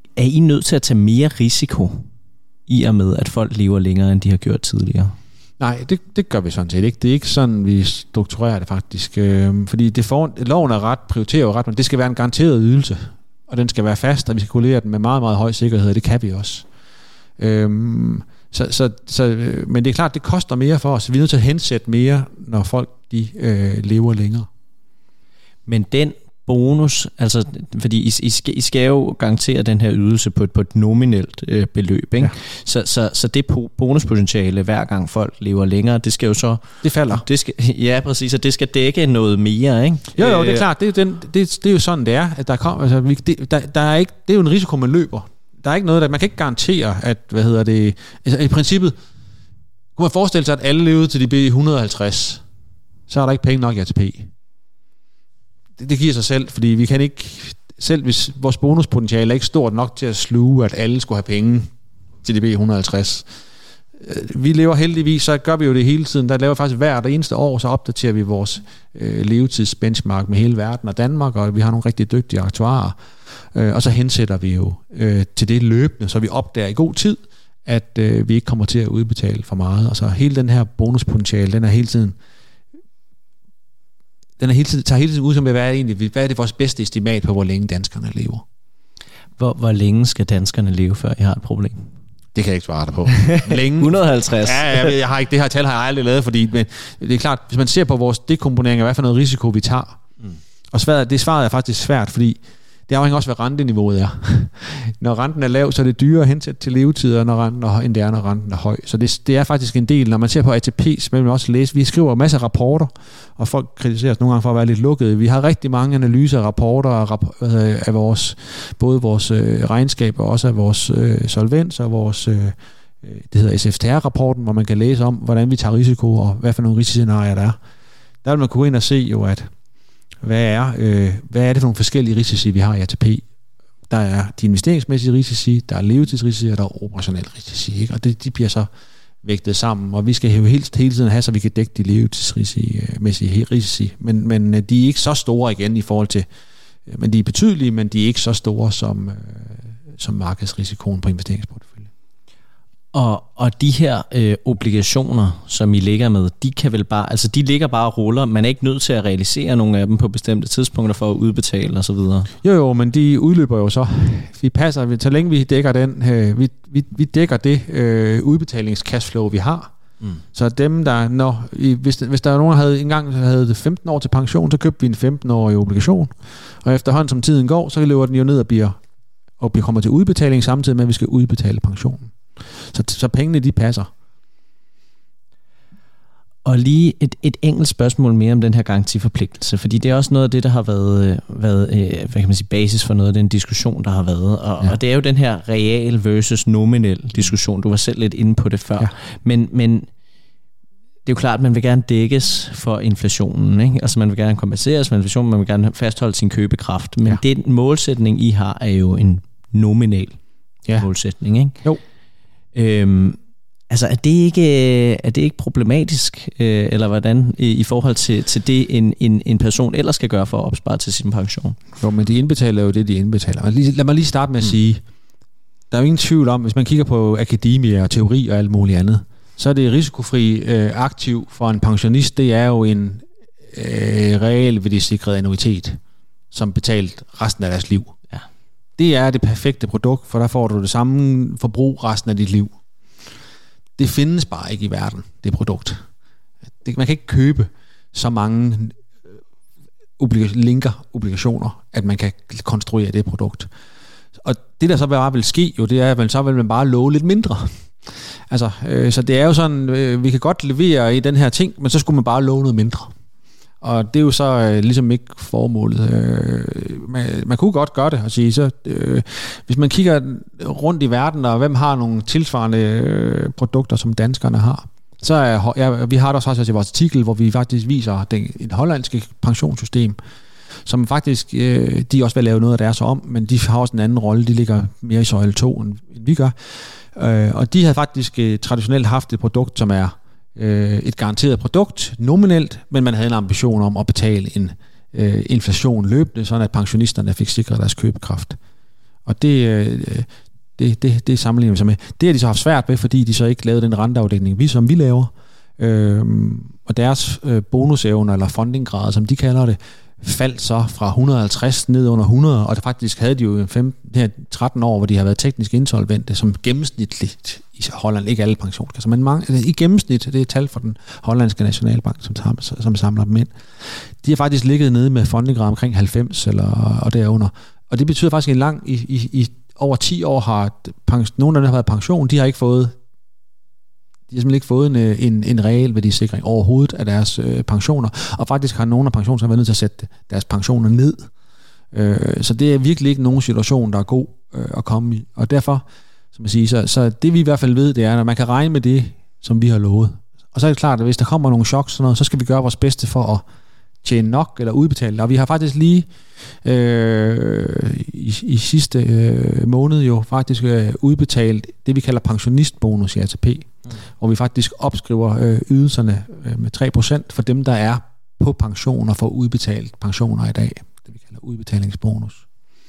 er I nødt til at tage mere risiko i og med, at folk lever længere, end de har gjort tidligere? Nej, det, det gør vi sådan set ikke. Det er ikke sådan, vi strukturerer det faktisk. Øh, fordi det for, loven er ret, prioriterer jo ret, men det skal være en garanteret ydelse, og den skal være fast, og vi skal kalkulere den med meget, meget høj sikkerhed, og det kan vi også. Øh, så, så, så, men det er klart, det koster mere for os. Vi er nødt til at hensætte mere, når folk de, øh, lever længere. Men den bonus, altså fordi I, I, skal, I skal jo garantere den her ydelse på et, på et nominelt øh, beløb, ikke? Ja. Så, så, så det bonuspotentiale hver gang folk lever længere, det skal jo så... Det falder. Det skal, ja, præcis, og det skal dække noget mere, ikke? Jo, jo, det er klart, det er, den, det, det er jo sådan, det er, at der kommer, altså, vi, det, der, der er ikke, det er jo en risiko, man løber. Der er ikke noget, der, man kan ikke garantere, at, hvad hedder det, altså i princippet, kunne man forestille sig, at alle levede til de blev et hundrede og halvtreds, så er der ikke penge nok i A T P. Det giver sig selv, fordi vi kan ikke, selv hvis vores bonuspotentiale er ikke stort nok til at sluge, at alle skulle have penge til de B et hundrede og halvtreds. Vi lever heldigvis, så gør vi jo det hele tiden. Der laver vi faktisk hvert eneste år, så opdaterer vi vores øh, levetidsbenchmark med hele verden og Danmark, og vi har nogle rigtig dygtige aktuarer. Øh, og så hensætter vi jo øh, til det løbende, så vi opdager i god tid, at øh, vi ikke kommer til at udbetale for meget. Og så hele den her bonuspotentiale, den er hele tiden Den er hele tiden, tager hele tiden ud som, hvad er, egentlig, hvad er det vores bedste estimat på, hvor længe danskerne lever? Hvor, hvor længe skal danskerne leve, før I har et problem? Det kan jeg ikke svare dig på. Længe? et hundrede og halvtreds? Ja, jeg, jeg har ikke, det her tal har jeg aldrig lavet, fordi men det er klart, hvis man ser på vores dekomponering af, hvad for noget risiko vi tager, mm. og svaret, det svaret er faktisk svært, fordi det afhænger også, hvad renteniveauet er. Når renten er lav, så er det dyrere at hensætte til levetider, når renten er høj, end det er, når renten er høj. Så det, det er faktisk en del. Når man ser på A T P, så vil man også læse. Vi skriver masser af rapporter, og folk kritiserer os nogle gange for at være lidt lukkede. Vi har rigtig mange analyser og rapporter af, af vores, både vores øh, regnskab og også af vores øh, solvens og vores øh, det hedder S F T R-rapporten, hvor man kan læse om, hvordan vi tager risiko og hvad for nogle risikoscenarier der er. Der vil man kunne gå ind og se jo, at Hvad er, øh, hvad er det for nogle forskellige risici, vi har i A T P? Der er de investeringsmæssige risici, der er levetidsrisici, og der er operationelle risici. Ikke? Og det, de bliver så vægtet sammen, og vi skal jo helst hele tiden have, så vi kan dække de levetidsmæssige risici. Men, men de er ikke så store igen i forhold til, men de er betydelige, men de er ikke så store som, øh, som markedsrisikoen på investeringsportefølje. Og, og de her øh, obligationer, som I ligger med, de kan vel bare, altså de ligger bare og ruller. Man er ikke nødt til at realisere nogle af dem på bestemte tidspunkter for at udbetale og så videre. Jo jo, men de udløber jo så. Vi passer, så længe vi dækker den, øh, vi, vi, vi dækker det øh, udbetalings-cashflow, vi har. Mm. Så dem der, når, i, hvis, hvis der er nogen, der havde engang havde femten år til pension, så købte vi en femten-årig obligation. Og efterhånden som tiden går, så løber den jo ned og bliver og bliver kommer til udbetaling samtidig med, at vi skal udbetale pensionen. Så, så pengene, de passer. Og lige et, et enkelt spørgsmål mere om den her garantiforpligtelse, fordi det er også noget af det, der har været, været hvad kan man sige, basis for noget af den diskussion, der har været. Og, ja. og det er jo den her real versus nominel diskussion. Du var selv lidt inde på det før. Ja. Men, men det er jo klart, at man vil gerne dækkes for inflationen. Ikke? Altså man vil gerne kompenseres for inflationen, man vil gerne fastholde sin købekraft. Men ja. den målsætning, I har, er jo en nominal ja. målsætning. Ikke? Jo. Øhm, altså er det ikke er det ikke problematisk øh, eller hvordan i, i forhold til, til det en, en, en person ellers skal gøre for at opspare til sin pension? Jo, men de indbetaler jo det de indbetaler. Lad mig lige starte med at mm. sige, der er jo ingen tvivl om, hvis man kigger på akademia og teori og alt muligt andet, så er det risikofri øh, aktiv for en pensionist. Det er jo en øh, realværdisikret annuitet, som betalt resten af deres liv. Ja. Det er det perfekte produkt, for der får du det samme forbrug resten af dit liv. Det findes bare ikke i verden, det produkt. Det, man kan ikke købe så mange obliga- linker, obligationer, at man kan konstruere det produkt. Og det der så bare vil ske, jo, det er, at man så vil man bare love lidt mindre. Altså, øh, så det er jo sådan, øh, vi kan godt levere i den her ting, men så skulle man bare love noget mindre. Og det er jo så øh, ligesom ikke formålet. Øh, man, man kunne godt gøre det og sige, så øh, hvis man kigger rundt i verden, og hvem har nogle tilsvarende øh, produkter, som danskerne har, så er, ja, vi har der også i vores artikel, hvor vi faktisk viser den, et hollandske pensionssystem, som faktisk, øh, de også vil lave noget af deres om, men de har også en anden rolle, de ligger mere i søjle to, end, end vi gør. Øh, og de har faktisk øh, traditionelt haft et produkt, som er øh, et garanteret produkt, nominelt, men man havde en ambition om at betale en øh, inflation løbende, sådan at pensionisterne fik sikret deres købekraft. Og det, øh, det, det, det sammenligner vi så med. Det har de så haft svært ved, fordi de så ikke lavede den renteafdækning, vi som vi laver. Øh, og deres øh, bonusevner, eller fundinggrad, som de kalder det, faldt så fra et hundrede og halvtreds ned under hundrede, og det faktisk havde de jo femten, tretten år, hvor de har været teknisk insolvente, som gennemsnitligt i Holland, ikke alle pensionskasser, men mange, i gennemsnit, det er et tal fra den hollandske nationalbank, som, som samler dem ind. De har faktisk ligget nede med fundinggrad omkring halvfems eller, og derunder. Og det betyder faktisk en lang, i, i, i over ti år har pension, nogle af dem har været pension, de har ikke fået De har simpelthen ikke fået en, en, en reel værdisikring overhovedet af deres øh, pensioner, og faktisk har nogle af pensioner været nødt til at sætte deres pensioner ned. Øh, så det er virkelig ikke nogen situation, der er god øh, at komme i. Og derfor, som jeg siger, så, så det vi i hvert fald ved, det er, at man kan regne med det, som vi har lovet. Og så er det klart, at hvis der kommer nogle chok, sådan noget, så skal vi gøre vores bedste for at tjene nok eller udbetale. Og vi har faktisk lige øh, i, i sidste øh, måned jo faktisk øh, udbetalt det, vi kalder pensionistbonus i A T P. Mm. Hvor vi faktisk opskriver øh, ydelserne øh, med tre procent for dem, der er på pension og får udbetalt pensioner i dag. Det vi kalder udbetalingsbonus.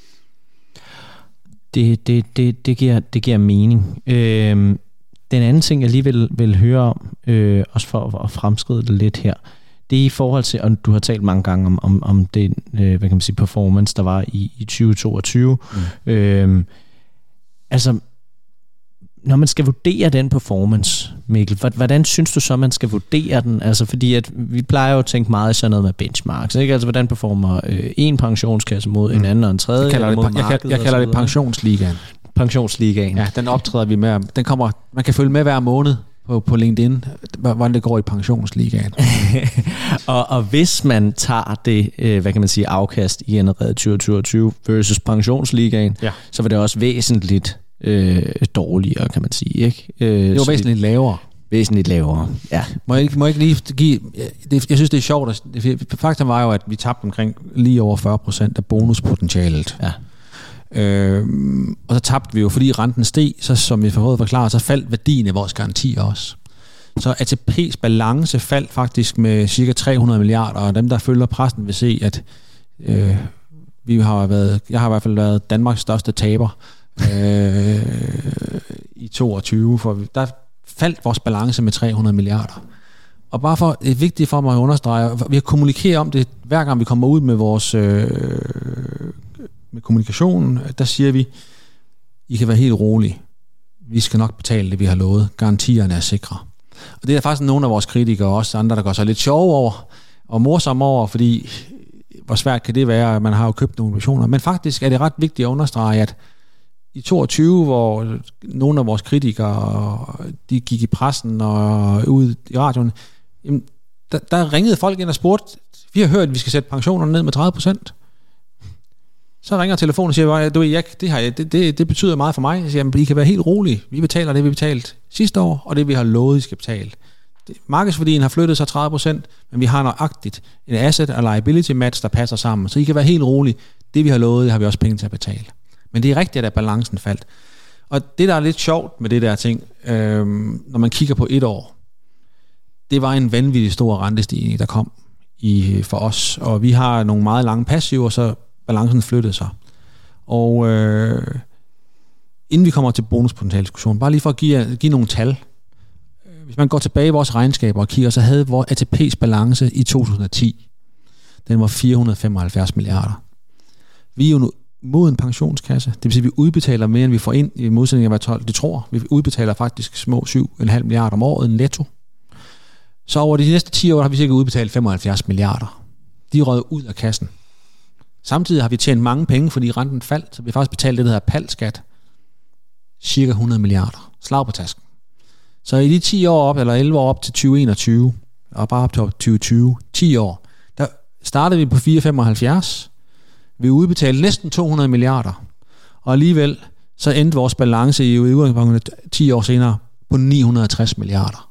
Det, det, det, det, giver, det giver mening. Øh, den anden ting, jeg lige vil, vil høre om, øh, også for at fremskride det lidt her, det er i forhold til, og du har talt mange gange om, om, om den øh, hvad kan man sige, performance, der var i, i tyve toogtyve. Mm. Øh, altså, når man skal vurdere den performance, Mikkel, hvordan synes du så, man skal vurdere den? Altså, fordi at vi plejer jo at tænke meget i sådan noget med benchmarks, ikke? Altså, hvordan performer øh, en pensionskasse mod mm. en anden og en tredje? Jeg kalder det, mod jeg, jeg, jeg kalder det pensionsligaen. Pensionsligaen. Ja, den optræder vi med. Den kommer, man kan følge med hver måned på, på LinkedIn, hvordan det går i pensionsligaen. og, og hvis man tager det, øh, hvad kan man sige, afkast i genereret tyve toogtyve versus pensionsligaen, ja. Så var det også væsentligt øh, dårligere, kan man sige, ikke? Øh, det var væsentligt lavere. Væsentligt lavere, ja. Må jeg ikke, må jeg ikke lige give... Det, jeg synes, det er sjovt. Faktum var jo, at vi tabte omkring lige over fyrre procent af bonuspotentialet. Ja. Øh, og så tabte vi jo, fordi renten steg, så som vi forhåbentlig forklarer, så faldt værdien af vores garantier også. Så A T P's balance faldt faktisk med cirka tre hundrede milliarder, og dem, der følger pressen, vil se, at øh, vi har været, jeg har i hvert fald været Danmarks største taber øh, i toogtyve, for der faldt vores balance med tre hundrede milliarder. Og bare for, det er vigtigt for mig at understrege, vi har kommunikeret om det, hver gang vi kommer ud med vores øh, med kommunikationen, der siger vi, I kan være helt rolige. Vi skal nok betale det, vi har lovet. Garantierne er sikre. Og det er faktisk nogle af vores kritikere, og også andre, der går så lidt sjove over, og morsomme over, fordi hvor svært kan det være, at man har jo købt nogle obligationer. Men faktisk er det ret vigtigt at understrege, at i toogtyve, hvor nogle af vores kritikere, de gik i pressen og ud i radioen, jamen, der, der ringede folk ind og spurgte, vi har hørt, at vi skal sætte pensionerne ned med tredive procent. Så ringer telefonen og siger, du jeg, det, har jeg, det, det, det betyder meget for mig. Jeg siger, jamen, I kan være helt rolige. Vi betaler det, vi betalte sidste år, og det, vi har lovet, I skal betale. Det, markedsværdien har flyttet sig tredive procent, men vi har nøjagtigt en asset og liability match, der passer sammen. Så I kan være helt rolige. Det, vi har lovet, det har vi også penge til at betale. Men det er rigtigt, at balancen faldt. Og det, der er lidt sjovt med det der ting, øh, når man kigger på et år, det var en vanvittig stor rentestigning, der kom i, for os. Og vi har nogle meget lange passiver, så balancen flyttede sig. Og øh, inden vi kommer til bonuspotentialdiskussionen, bare lige for at give, give nogle tal. Hvis man går tilbage i vores regnskaber og kigger, så havde vores A T P's balance i to tusind og ti, den var fire hundrede og femoghalvfjerds milliarder. Vi er jo nu mod en pensionskasse. Det vil sige, at vi udbetaler mere, end vi får ind, i modsætning af hvad tolv, de tror. Vi udbetaler faktisk små syv komma fem milliarder om året netto. Så over de næste ti år har vi sikkert udbetalt femoghalvfjerds milliarder. De er røget ud af kassen. Samtidig har vi tjent mange penge, fordi renten faldt, så vi har faktisk betalt det, der hedder P A L-skat. Cirka hundrede milliarder. Slag på tasken. Så i de ti år op, eller elleve år op til tyve enogtyve, og bare op til tyve tyve, ti år, der startede vi på fire komma femoghalvfjerds. Vi udbetalte næsten to hundrede milliarder. Og alligevel, så endte vores balance i udgangspunktet ti år senere på ni hundrede og tres milliarder.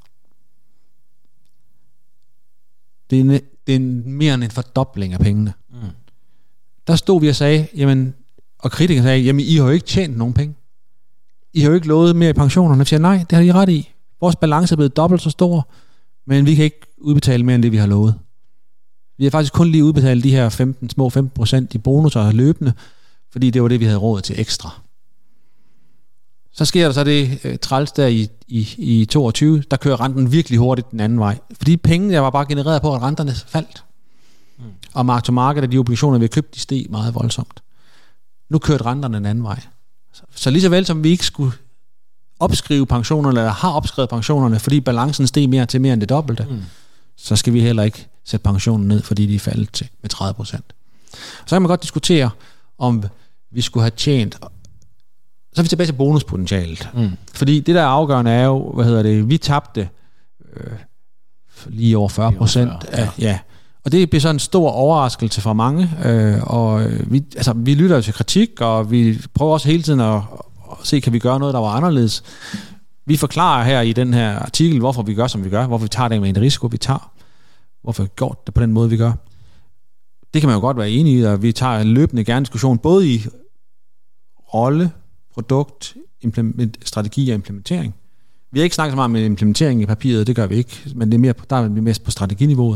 Det er, det er mere end en fordobling af pengene. Mm. Der stod vi og sagde, jamen, og kritikerne sagde, jamen, I har jo ikke tjent nogen penge. I har jo ikke lovet mere i pensionerne. Vi siger, nej, det har I ret i. Vores balance er blevet dobbelt så stor, men vi kan ikke udbetale mere end det, vi har lovet. Vi har faktisk kun lige udbetalt de her femten, små femten procent i bonusser løbende, fordi det var det, vi havde råd til ekstra. Så sker der så det øh, træls der i, i, i toogtyve, der kører renten virkelig hurtigt den anden vej. Fordi pengene, jeg var bare genereret på, at renterne faldt. Mm. Og mark to market af de obligationer, vi har købt, de steg meget voldsomt. Nu kørte renterne den anden vej. Så, så lige så vel som vi ikke skulle opskrive pensionerne, eller har opskrevet pensionerne, fordi balancen steg mere til mere end det dobbelte, mm. så skal vi heller ikke sætte pensionen ned, fordi de er faldet til med tredive procent. Så kan man godt diskutere, om vi skulle have tjent. Så er vi tilbage til bonuspotentialet. Mm. Fordi det der afgørende er jo, hvad hedder det, vi tabte øh, lige over fyrre procent. Ja. ja. Og det bliver så en stor overraskelse for mange. Øh, og vi, altså, vi lytter jo til kritik, og vi prøver også hele tiden at, at se, kan vi gøre noget, der var anderledes. Vi forklarer her i den her artikel, hvorfor vi gør, som vi gør, hvorfor vi tager den med en risiko, vi tager, hvorfor vi har gjort det på den måde, vi gør. Det kan man jo godt være enige i, og vi tager en løbende gerne diskussion, både i rolle, produkt, strategi og implementering. Vi har ikke snakket så meget med implementering i papiret, det gør vi ikke, men det er mere, der er vi mest på strateginiveauet.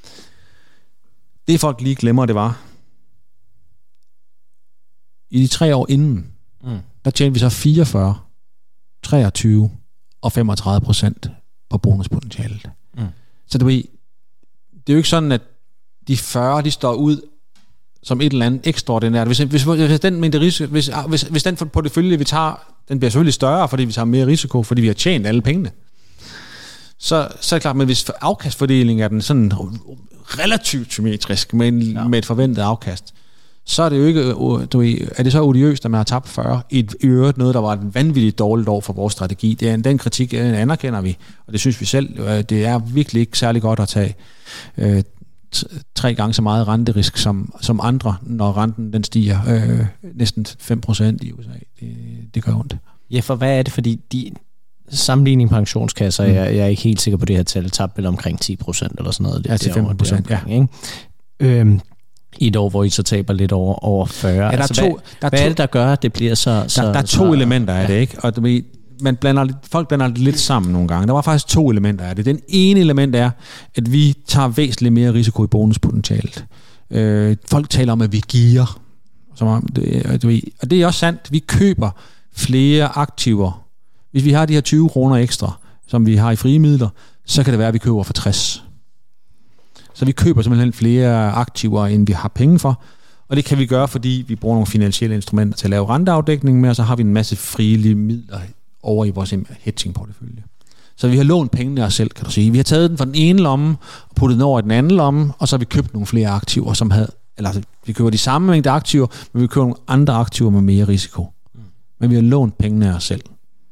Det folk lige glemmer, det var, i de tre år inden, mm. der tjente vi så fireogfyrre, treogtyve og femogtredive procent på bonuspotentialet. Mm. Så det, det er jo ikke sådan, at de fyrre, de står ud som et eller andet ekstraordinært. Hvis, hvis, hvis den mindre risiko, hvis, hvis, hvis den portefølje, vi tager, den bliver selvfølgelig større, fordi vi tager mere risiko, fordi vi har tjent alle pengene. Så, så er det klart, men hvis afkastfordelingen er den sådan relativt symmetrisk, med, en, ja. med et forventet afkast, så er det jo ikke, du ved, er det så odiøst, at man har tabt fyrre i et øvrigt noget, der var et vanvittigt dårligt år for vores strategi. Det er, den kritik anerkender vi, og det synes vi selv, det er virkelig ikke særlig godt at tage øh, tre gange så meget renterisk som, som andre, når renten den stiger øh, næsten fem procent i U S A. Det, det gør ondt. Ja, for hvad er det? Fordi de sammenligning pensionskasser, mm. jeg, jeg er ikke helt sikker på det her tal, tabte vel omkring ti procent eller sådan noget. Ja, til femten procent, ja. Ikke? Øhm, I et år, hvor I så taber lidt over, over fyrre. Ja, der altså, er to, hvad, der er hvad to, er det, der gør, at det bliver så... så der, der er to så, elementer af ja. det, ikke? Og det, man blander, folk blander det lidt sammen nogle gange. Der var faktisk to elementer af det. Den ene element er, at vi tager væsentligt mere risiko i bonuspotentialet. Øh, folk taler om, at vi gearer. Som om det, og det er også sandt. Vi køber flere aktiver. Hvis vi har de her tyve kroner ekstra, som vi har i frie midler, så kan det være, at vi køber for tres. Så vi køber simpelthen flere aktiver, end vi har penge for. Og det kan vi gøre, fordi vi bruger nogle finansielle instrumenter til at lave renteafdækning med, og så har vi en masse frie midler over i vores hedging-portefølje. Så vi har lånt pengene os selv, kan du sige. Vi har taget den fra den ene lomme og puttet den over i den anden lomme, og så har vi købt nogle flere aktiver, som havde, eller altså, vi køber de samme mængde aktiver, men vi køber nogle andre aktiver med mere risiko. Mm. Men vi har lånt pengene os selv.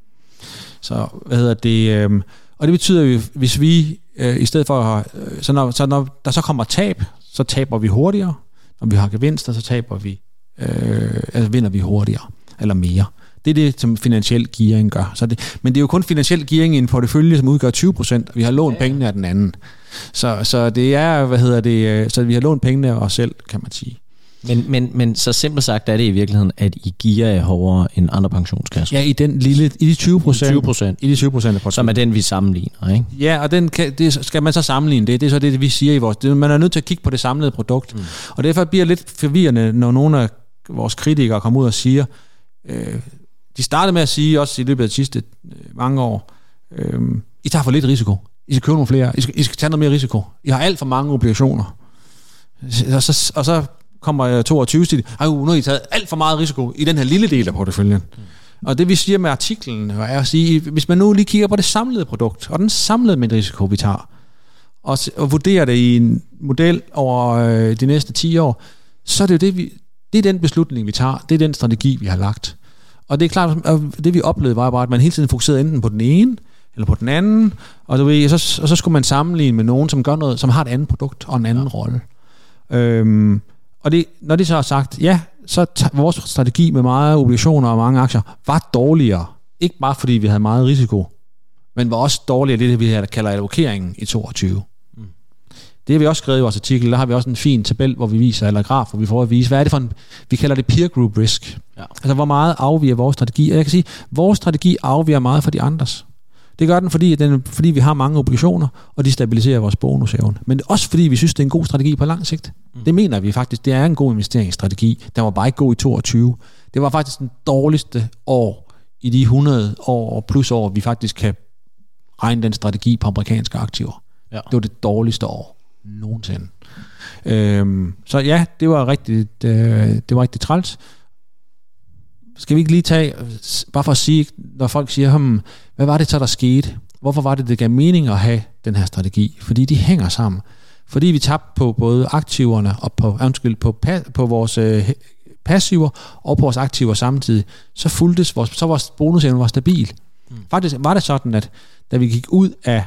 Så hvad hedder det? Øh, og det betyder jo, hvis vi øh, i stedet for, øh, så, når, så når der så kommer tab, så taber vi hurtigere. Når vi har gevinster, så taber vi, øh, altså vinder vi hurtigere eller mere. Det er det, som finansiel gearing gør. Så det, men det er jo kun finansiel gearing i en portefølje, som udgør tyve procent, og vi har lånt ja. pengene af den anden. Så, så det er, hvad hedder det, så vi har lånt pengene af os selv, kan man sige. Men, men, men så simpelt sagt er det i virkeligheden, at I gearer er hårdere end andre pensionskasser. Ja, i den lille, i de tyve procent. tyve procent. I de tyve procent af porteføljen. Som er den, vi sammenligner, ikke? Ja, og den kan, det skal man så sammenligne det. Det er så det, vi siger i vores... Det, man er nødt til at kigge på det samlede produkt. Mm. Og derfor bliver det lidt forvirrende, når nogle af vores kritikere kommer ud og siger... Øh, de startede med at sige, også i løbet af de sidste øh, mange år, øh, I tager for lidt risiko. I skal købe nogle flere. I skal, I skal tage noget mere risiko. I har alt for mange obligationer. Og så... Og så kommer toogtyve til, ej, nu har I taget alt for meget risiko i den her lille del af porteføljen. Mm. Og det vi siger med artiklen, er at sige, hvis man nu lige kigger på det samlede produkt, og den samlede med risiko, vi tager, og, og vurderer det i en model over øh, de næste ti år, så er det jo det, vi, det er den beslutning, vi tager, det er den strategi, vi har lagt. Og det er klart, at det vi oplevede var bare, at man hele tiden fokuserede enten på den ene, eller på den anden, og, du ved, så, og så skulle man sammenligne med nogen, som gør noget, som har et andet produkt og en anden ja. rolle. Øhm, Og det, når de så har sagt, ja, så t- vores strategi med meget obligationer og mange aktier var dårligere. Ikke bare fordi vi havde meget risiko, men var også dårligere det, vi her kalder allokeringen i toogtyve. Mm. Det har vi også skrevet i vores artikel. Der har vi også en fin tabel, hvor vi viser, eller graf, hvor vi får at vise, hvad er det for en, vi kalder det peer group risk. Ja. Altså, hvor meget afviger vores strategi. Og jeg kan sige, vores strategi afviger meget fra de andres. Det gør den, fordi, den, fordi vi har mange obligationer, og de stabiliserer vores bonusevne. Men også fordi vi synes, det er en god strategi på lang sigt. Mm. Det mener vi faktisk. Det er en god investeringsstrategi. Den var bare ikke god i toogtyve. Det var faktisk den dårligste år i de hundrede år og plus år, vi faktisk kan regne den strategi på amerikanske aktiver. Ja. Det var det dårligste år nogensinde. Øhm, så ja, det var rigtig, det, det var rigtig træls. Skal vi ikke lige tage, bare for at sige, når folk siger, hmm, hvad var det så, der skete? Hvorfor var det, det gav mening at have den her strategi? Fordi de hænger sammen. Fordi vi tabte på både aktiverne og på, undskyld, på, på vores øh, passiver og på vores aktiver samtidig, så fuldtes vores, så vores bonusevne var stabil. Mm. Faktisk var det sådan, at da vi gik ud af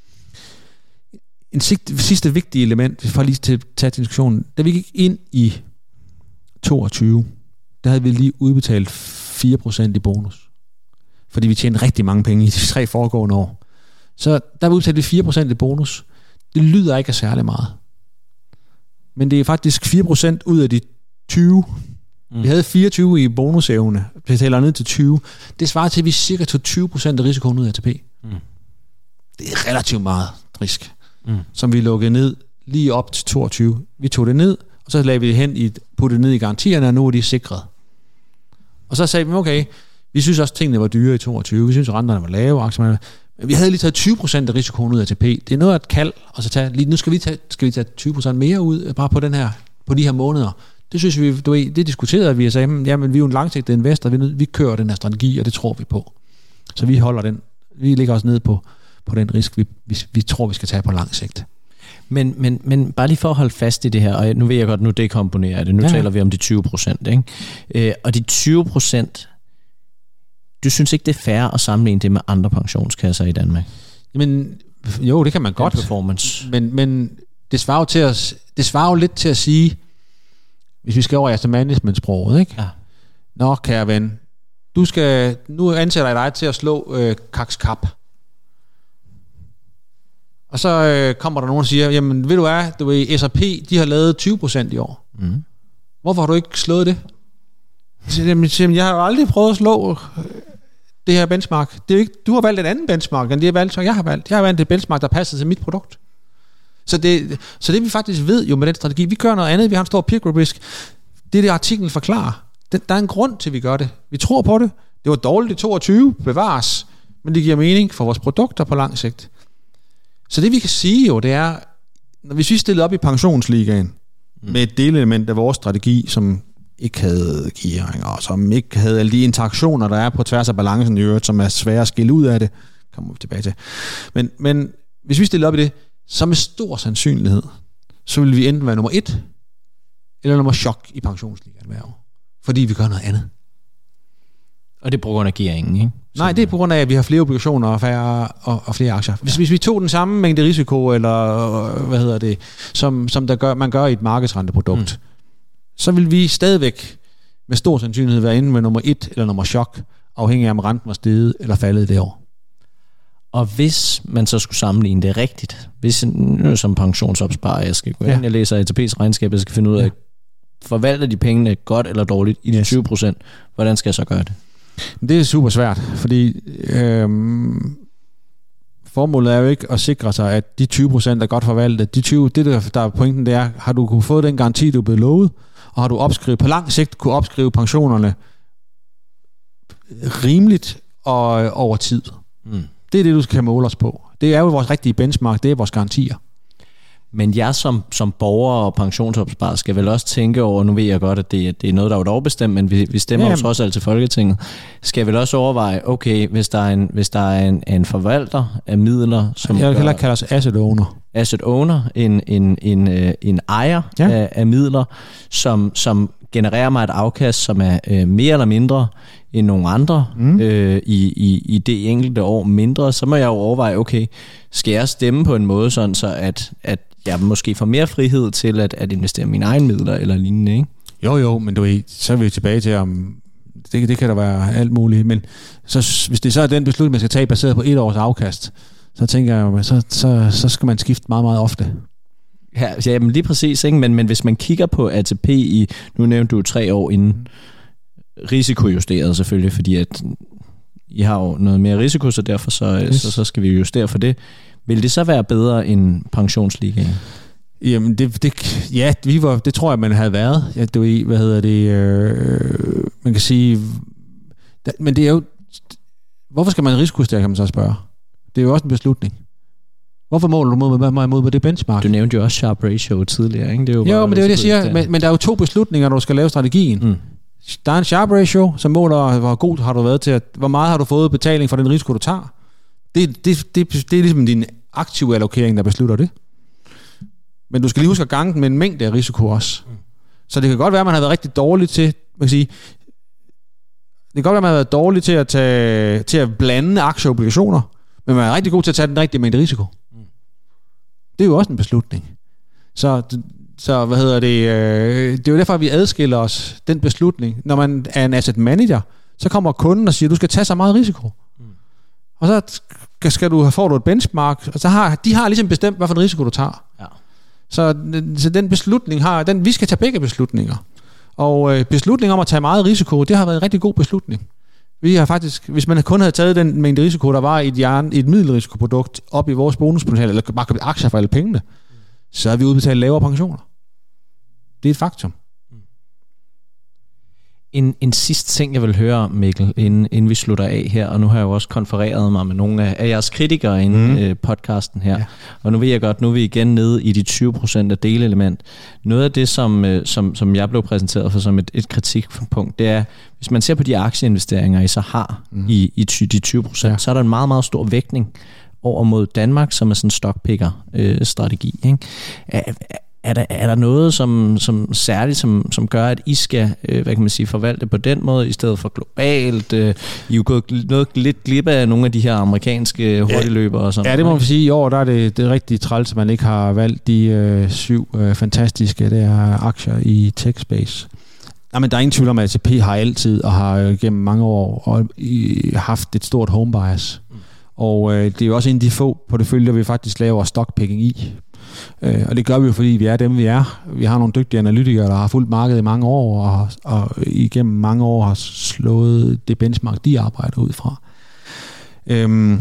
en sidste, sidste vigtige element, for lige til at tage diskussionen, da vi gik ind i toogtyve, der havde vi lige udbetalt fire procent i bonus. Fordi vi tjente rigtig mange penge i de tre foregående år. Så der udbetalte vi fire procent i bonus. Det lyder ikke af særlig meget. Men det er faktisk fire procent ud af de tyve. Mm. Vi havde fireogtyve i bonusevne. Vi tæller ned til tyve. Det svarer til, at vi cirka tog tyve procent af risikoen ud af A T P. Mm. Det er relativt meget risk, mm. som vi lukkede ned lige op til toogtyve. Vi tog det ned, og så lagde vi det hen i, puttede det ned i garantierne, og nu er de sikret. Og så sagde vi, okay, vi synes også, at tingene var dyre i toogtyve. Vi synes, at renterne var lave. Aktierne. Men vi havde lige taget tyve procent af risikoen ud af A T P. Det er noget af et kald, og så tage, lige, nu skal vi, tage, skal vi tage tyve procent mere ud, bare på, den her, på de her måneder. Det synes vi, du ved, det diskuterede vi, og sagde, jamen vi er jo en langsigtet investor, vi, vi kører den her strategi, og det tror vi på. Så vi holder den, vi lægger os ned på, på den risk, vi, vi, vi tror, vi skal tage på lang sigt. Men, men, men bare lige for at holde fast i det her, og nu ved jeg godt, nu dekomponerer det, nu ja. taler vi om de tyve procent, ikke? Øh, og de tyve procent, du synes ikke, det er fair at sammenligne det med andre pensionskasser i Danmark? Men jo, det kan man godt. Performance. Men, men det svarer jo til at, det svarer jo lidt til at sige, hvis vi skal over i asset management-sproget, ikke? Ja. Nå, kære ven, du skal, nu ansætter jeg dig til at slå øh, kakskap. Og så øh, kommer der nogen og siger, jamen ved du hvad, du ved, S og P, de har lavet tyve procent i år. Mm. Hvorfor har du ikke slået det? Jamen, jeg har jo aldrig prøvet at slå det her benchmark. Det er ikke, du har valgt en anden benchmark, end det jeg, valgt, jeg har valgt. Jeg har valgt et benchmark, der passer til mit produkt. Så det, så det vi faktisk ved jo med den strategi, vi gør noget andet, vi har en stor peer group risk. Det er det, artiklen forklarer. Det, der er en grund til, at vi gør det. Vi tror på det. Det var dårligt i toogtyve, bevares, men det giver mening for vores produkter på lang sigt. Så det vi kan sige jo, det er, når vi stillede op i pensionsligaen mm. med et delelement af vores strategi, som ikke havde gearinger, og som ikke havde alle de interaktioner, der er på tværs af balancen i øvrigt, som er svære at skille ud af det, kommer vi tilbage til. Men, men hvis vi stillede op i det, så med stor sandsynlighed, så ville vi enten være nummer et, eller nummer chok i pensionsligaen hver år. Fordi vi gør noget andet. Og det er på grund af gearingen, ikke? Så nej, det er på grund af, at vi har flere obligationer og, færre, og, og flere aktier. Hvis, ja. hvis vi tog den samme mængde risiko, eller hvad hedder det, som, som der gør, man gør i et markedsrenteprodukt, mm. så vil vi stadigvæk med stor sandsynlighed være inde med nummer et eller nummer chok, afhængig af om renten var steget eller faldet det år. Og hvis man så skulle sammenligne det rigtigt, hvis nu som pensionsopsparer, jeg skal gå ind, ja. jeg læser A T P's regnskab, jeg skal finde ud af, ja. forvalter de pengene godt eller dårligt i de yes. tyve procent, hvordan skal jeg så gøre det? Det er super svært, fordi øhm, formålet er jo ikke at sikre sig, at de tyve procent er godt forvaltet. De tyve, det der, der er pointen, det er, har du kunne få den garanti, du er blevet lovet, og har du opskrevet, på lang sigt kunne opskrive pensionerne rimeligt og over tid. Mm. Det er det, du skal måle os på. Det er jo vores rigtige benchmark, det er vores garantier. Men jeg som, som borger og pensionsopsparer skal vel også tænke over, nu ved jeg godt, at det, det er noget, der er lovbestemt, men vi, vi stemmer jo trods alt til Folketinget, skal vel også overveje, okay, hvis der er en, hvis der er en, en forvalter af midler, som jeg vil hellere kalde os asset owner. Asset owner, en, en, en, en, en ejer ja. af, af midler, som, som genererer mig et afkast, som er øh, mere eller mindre end nogle andre mm. øh, i, i, i det enkelte år mindre, så må jeg jo overveje, okay, skal jeg stemme på en måde sådan, så at, at jeg måske får mere frihed til at, at investere mine egne midler eller lignende, ikke? Jo, jo, men du ved, så er vi tilbage til, om det, det kan der være alt muligt, men så, hvis det så er den beslutning, man skal tage baseret på et års afkast, så tænker jeg, så, så, så skal man skifte meget, meget ofte. Ja, ja men lige præcis, ikke? Men, men hvis man kigger på A T P i, nu nævnte du tre år inden, risikojusteret selvfølgelig, fordi at I har jo noget mere risiko, så derfor så, yes. så, så skal vi justere for det. Vil det så være bedre end pensionsligaen? Jamen, det, det, ja, vi var, det tror jeg, man havde været. Ja, det var, hvad hedder det, øh, man kan sige, da, men det er jo, hvorfor skal man risikojustere, kan man så spørge? Det er jo også en beslutning. Hvorfor måler du mod mig mod det benchmark? Du nævnte jo også Sharpe Ratio tidligere, ikke? Det er jo, jo men det er jo det, jeg siger. Men, men der er jo to beslutninger, når du skal lave strategien. Mm. Der er en Sharpe Ratio, som måler, hvor god har du været til, at, hvor meget har du fået betaling for den risiko, du tager. Det, det, det, det er ligesom din aktive allokering, der beslutter det. Men du skal lige huske at gange den med en mængde af risiko også. Mm. Så det kan godt være, at man har været rigtig dårlig til, man kan sige, det kan godt være, at man har været dårlig til at, tage, til at blande aktier og obligationer, men man er rigtig god til at tage den rigtige mængde risiko. Mm. Det er jo også en beslutning. Så, så hvad hedder det, øh, det er jo derfor, at vi adskiller os den beslutning. Når man er en asset manager, så kommer kunden og siger, du skal tage så meget risiko. Mm. Og så skal du, får du et benchmark, og så har, de har ligesom bestemt, hvad for en risiko du tager. Ja. Så, så den beslutning har, den, vi skal tage begge beslutninger. Og øh, beslutningen om at tage meget risiko, det har været en rigtig god beslutning. Vi har faktisk, hvis man kun havde taget den mængde risiko, der var i et, jern, i et middelrisikoprodukt op i vores bonuspotentiale, eller bare købt aktier for alle pengene, så har vi udbetalt lavere pensioner. Det er et faktum. En, en sidste ting, jeg vil høre, Mikkel, inden, inden vi slutter af her, og nu har jeg jo også konfereret mig med nogle af, af jeres kritikere inden mm. øh, podcasten her, ja. Og nu ved jeg godt, nu er vi igen nede i de tyve procent af delelement. Noget af det, som, øh, som, som jeg blev præsenteret for som et, et kritikpunkt, det er, hvis man ser på de aktieinvesteringer, I så har mm. i, i ty, de tyve procent, ja. Så er der en meget, meget stor vægtning over mod Danmark, som er sådan en stockpicker-strategi. Øh, ikke? Er der, er der noget som, som særligt, som, som gør, at I skal øh, hvad kan man sige, forvalte på den måde, i stedet for globalt? Øh, I er jo gået noget lidt glip af nogle af de her amerikanske hurtigløbere og sådan. Ja, det må man sige. I år der er det, det er rigtig træls, at man ikke har valgt de øh, syv øh, fantastiske der aktier i tech-space. Nej, men der er ingen tvivl om, at A T P har altid og har øh, gennem mange år og, i, haft et stort home bias. Mm. Og øh, det er jo også en af de få porteføljer, vi faktisk laver stockpicking i. Øh, og det gør vi jo, fordi vi er dem, vi er. Vi har nogle dygtige analytikere, der har fulgt markedet i mange år, og, og igennem mange år har slået det benchmark, de arbejder ud fra. Øhm,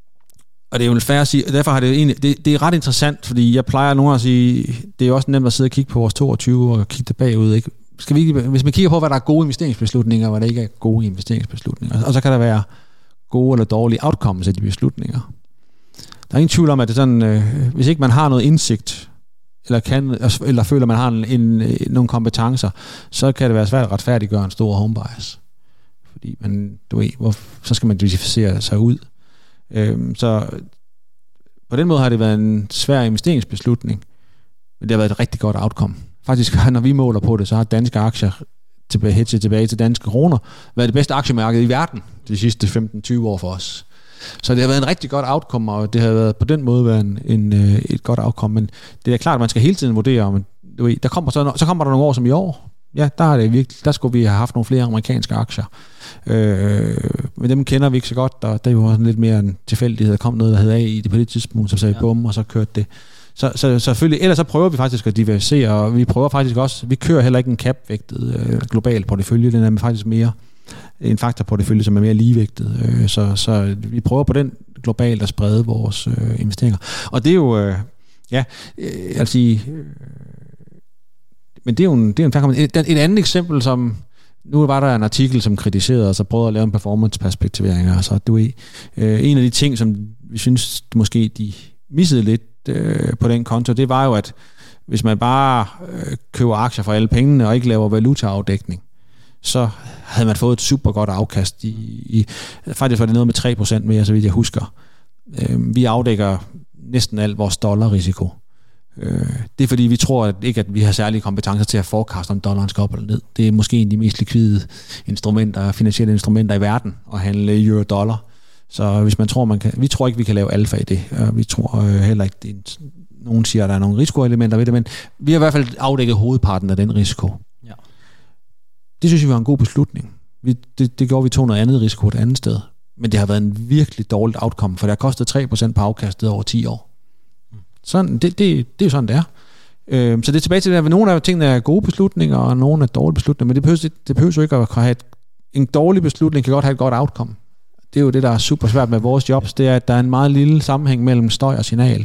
og det er jo fair at sige, og derfor har det egentlig, det, det er ret interessant, fordi jeg plejer nogle at sige, det er også nemt at sidde og kigge på vores toogtyve og kigge det bagud, ikke? Skal vi, hvis man kigger på, hvad der er gode investeringsbeslutninger, og hvad der ikke er gode investeringsbeslutninger, og så kan der være gode eller dårlige outcomes af de beslutninger. Der er ingen tvivl om, at det sådan, øh, hvis ikke man har noget indsigt, eller, kan, eller føler, man har en, en, nogle kompetencer, så kan det være svært at retfærdiggøre en stor home bias. Fordi man, du ved, hvor, så skal man diversificere sig ud. Øhm, så på den måde har det været en svær investeringsbeslutning, men det har været et rigtig godt outcome. Faktisk, når vi måler på det, så har danske aktier tilbage, hedget tilbage til danske kroner været det bedste aktiemarked i verden de sidste femten til tyve år for os. Så det har været en rigtig godt outcome, og det har været på den måde været en, en, et godt outcome. Men det er klart, at man skal hele tiden vurdere, om du ved, der kommer så, så kommer der nogle år som i år. Ja, der er det virkelig, der skulle vi have haft nogle flere amerikanske aktier. Øh, men dem kender vi ikke så godt, og det er jo også lidt mere en tilfældighed. Der kom noget, der hed A i det på det tidspunkt, så sagde ja. Bum, og så kørte det. Så, så selvfølgelig, ellers så prøver vi faktisk at diversificere, og vi prøver faktisk også, vi kører heller ikke en cap-vægtet øh, global portefølje, den er faktisk mere en faktorportefølje, som er mere ligevægtet. Øh, så, så vi prøver på den globalt at sprede vores øh, investeringer. Og det er jo, øh, ja, øh, altså, øh, men det er jo en, det er en et, et andet eksempel, som, nu var der en artikel, som kritiserede os og prøvede at lave en performance-perspektivering. Altså, du er, øh, en af de ting, som vi synes, måske de missede lidt øh, på den konto, det var jo, at hvis man bare øh, køber aktier for alle pengene og ikke laver valutaafdækning, så havde man fået et super godt afkast. I, i, faktisk var det noget med tre procent mere, så vidt jeg husker. Øh, vi afdækker næsten al vores dollarrisiko. Øh, det er fordi, vi tror at ikke, at vi har særlige kompetencer til at forecaste, om dollaren skal op eller ned. Det er måske en af de mest likvide instrumenter, finansielle instrumenter i verden, at handle euro-dollar. Så hvis man tror, man kan, vi tror ikke, vi kan lave alfa i det. Vi tror øh, heller ikke, det er, nogen siger, at der er nogle risikoelementer ved det, men vi har i hvert fald afdækket hovedparten af den risiko. Ja. Det synes vi var en god beslutning. Vi, det, det gjorde, vi tog noget andet risiko et andet sted. Men det har været en virkelig dårligt outcome, for det har kostet tre procent på afkastet over ti år. Sådan, det, det, det er jo sådan, det er. Øh, så det er tilbage til det, at nogle af tingene er gode beslutninger, og nogle er dårlige beslutninger, men det behøver, det behøver jo ikke at have et, en dårlig beslutning, kan godt have et godt outcome. det er jo det, der er super svært med vores jobs, det er, at der er en meget lille sammenhæng mellem støj og signal.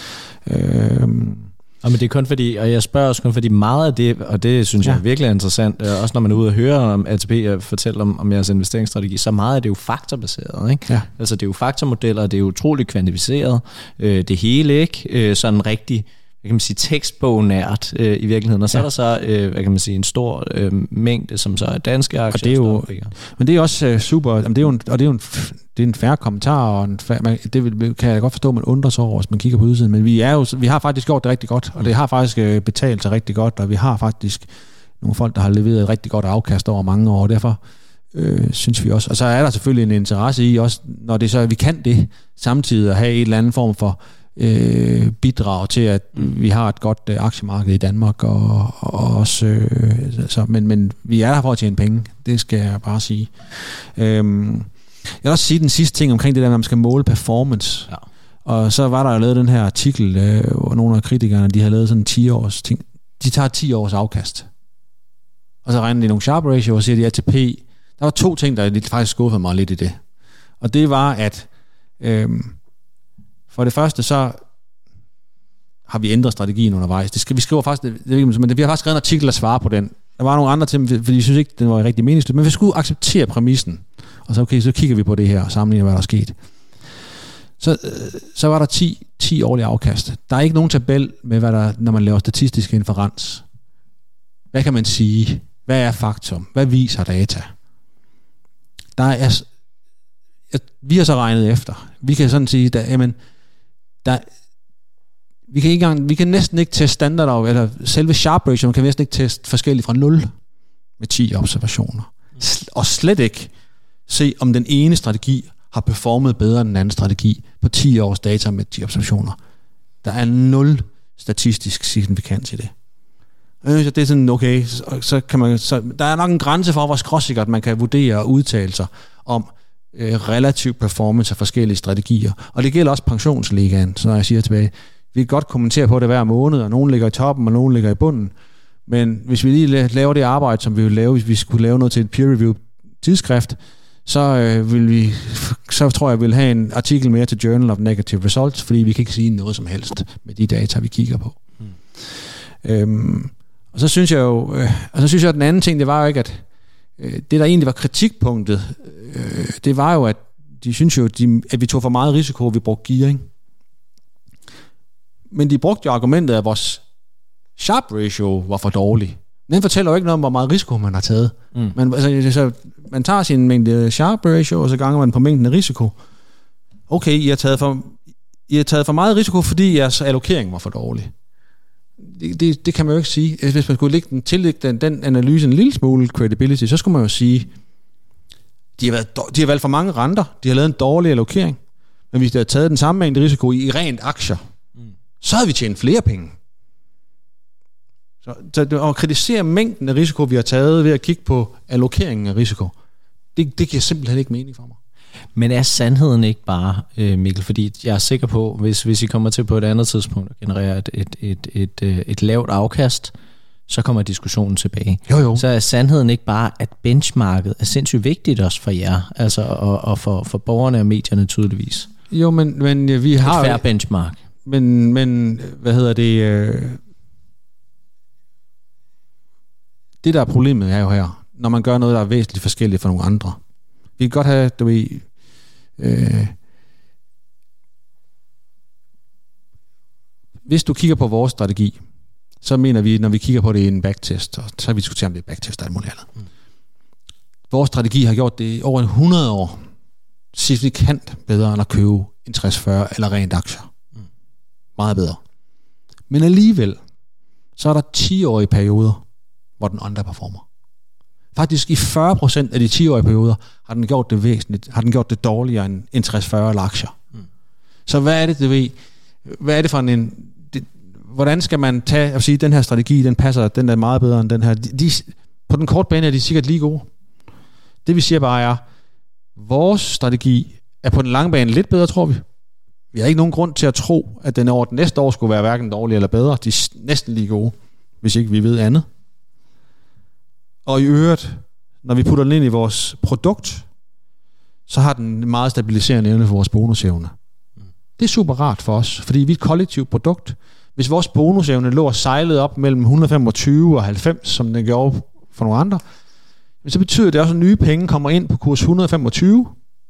Øhm, Og men det er kun fordi, og jeg spørger også kun fordi meget af det, og det synes jeg ja. er virkelig interessant, også når man er ude og høre om A T P og fortælle om, om jeres investeringsstrategi, så meget af det er jo faktorbaseret, ikke? Ja. Altså det er jo faktormodeller, det er jo utroligt kvantificeret, øh, det hele, ikke? Øh, sådan rigtig, hvad kan man sige, tekstbognært øh, i virkeligheden, og så ja. er der så, øh, hvad kan man sige, en stor øh, mængde, som så er danske aktier. Og det er jo, men det er også øh, super, jamen det er jo en, og det er jo en, det er en fair kommentar, og en fair, man, det kan jeg godt forstå, at man undrer sig over, hvis man kigger på udsiden, men vi, er jo, vi har faktisk gjort det rigtig godt, og det har faktisk øh, betalt sig rigtig godt, og vi har faktisk nogle folk, der har leveret et rigtig godt afkast over mange år, og derfor øh, synes vi også, og så er der selvfølgelig en interesse i, også når det så, vi kan det, samtidig at have en eller anden form for øh, bidrag til, at vi har et godt øh, aktiemarked i Danmark, og, og også, øh, så, men, men vi er der for at tjene penge, det skal jeg bare sige. Øhm, Jeg vil også sige den sidste ting omkring det der, at man skal måle performance. Ja. Og så var der jo lavet den her artikel, øh, hvor nogle af kritikerne, de har lavet sådan ti års ting. De tager ti års afkast. Og så regner de nogle Sharpe ratio og siger, de A T P. Der var to ting, der faktisk skuffede mig lidt i det. Og det var, at øh, for det første, så har vi ændret strategien undervejs. Det skal, vi skriver faktisk, det, det, men vi har faktisk skrevet en artikel, der svarer på den. Der var nogle andre ting, fordi jeg synes ikke, den var rigtig meningsløs, men vi skulle acceptere præmissen. Og så, okay, så kigger vi på det her og sammenligner, hvad der er sket. Så, så var der ti, ti årlige afkast. Der er ikke nogen tabel med, hvad der, når man laver statistisk inferens. Hvad kan man sige? Hvad er faktum? Hvad viser data? Der er, vi har så regnet efter. Vi kan sådan sige, der, jamen, der, vi kan, ikke engang, vi kan næsten ikke teste standard, eller selve Sharpe ratio, man kan næsten ikke teste forskelligt fra nul med ti observationer. Og slet ikke se, om den ene strategi har performet bedre end den anden strategi på ti års data med ti observationer. Der er nul statistisk signifikans i det. Det er sådan, okay, så, så kan man, så, der er nok en grænse for, hvor skråsikkert man kan vurdere og udtale sig om øh, relativ performance af forskellige strategier. Og det gælder også pensionsligaen, så når jeg siger tilbage, vi kan godt kommentere på det hver måned, og nogen ligger i toppen, og nogen ligger i bunden. Men hvis vi lige laver det arbejde, som vi vil lave, hvis vi skulle lave noget til et peer-review tidsskrift, så øh, vil vi, så tror jeg, vi vil have en artikel mere til Journal of Negative Results, fordi vi kan ikke sige noget som helst med de data, vi kigger på. Mm. Øhm, og så synes jeg jo, øh, og så synes jeg, at den anden ting, det var jo ikke, at øh, det, der egentlig var kritikpunktet, øh, det var jo, at de synes jo, de, at vi tog for meget risiko, og vi brugte gearing. Men de brugte jo argumentet, at vores Sharpe ratio var for dårlig. Den fortæller jo ikke noget om, hvor meget risiko man har taget. Mm. Man, altså, så, man tager sin mængde Sharpe ratio, og så ganger man på mængden af risiko. Okay, I har taget for, I har taget for meget risiko, fordi jeres allokering var for dårlig. Det, det, det kan man jo ikke sige. Hvis man skulle lægge den, tillægge den, den analyse en lille smule credibility, så skulle man jo sige, de har, været, de har valgt for mange renter, de har lavet en dårlig allokering, men hvis de havde taget den samme mængde risiko i, i rent aktier, mm. så havde vi tjent flere penge. Så, så at kritisere mængden af risiko, vi har taget ved at kigge på allokeringen af risiko, det, det giver simpelthen ikke mening for mig. Men er sandheden ikke bare, Mikkel, fordi jeg er sikker på, hvis, hvis I kommer til på et andet tidspunkt at generere et, et, et, et, et, et lavt afkast, så kommer diskussionen tilbage. Jo, jo. Så er sandheden ikke bare, at benchmarket er sindssygt vigtigt også for jer, altså og, og for, for borgerne og medierne tydeligvis. Jo, men, men vi har... Et fair benchmark. Men, men hvad hedder det... Øh, det, der er problemet, er jo her, når man gør noget, der er væsentligt forskelligt fra nogle andre. Vi kan godt have, du ved, øh, hvis du kigger på vores strategi, så mener vi, når vi kigger på det i en backtest, og så har vi diskuteret, om det er backtest og alt muligt andet. Mm. Vores strategi har gjort det i over hundrede år, signifikant bedre end at købe en tres fyrre eller rent aktier. Mm. Meget bedre. Men alligevel, så er der ti-årige perioder, hvor den underperformer. Faktisk i fyrre procent af de ti-årige perioder har den gjort det væsentligt, har den gjort det dårligere end en tres fyrre eller aktier. Mm. Så hvad er det, det ved? Hvad er det for en... Det, hvordan skal man tage og sige, den her strategi, den passer, den er meget bedre end den her. De, de, på den korte bane er de sikkert lige gode. Det vi siger bare er, vores strategi er på den lange bane lidt bedre, tror vi. Vi har ikke nogen grund til at tro, at den over den næste år skulle være hverken dårlig eller bedre. De er næsten lige gode, hvis ikke vi ved andet. Og i øvrigt, når vi putter den ind i vores produkt, så har den meget stabiliserende evne for vores bonusevne. Det er super rart for os, fordi vi er et kollektivt produkt. Hvis vores bonusevne lå og sejlede op mellem et hundrede og femogtyve og halvfems, som den gjorde for nogle andre, så betyder det også, at nye penge kommer ind på kurs et hundrede og femogtyve,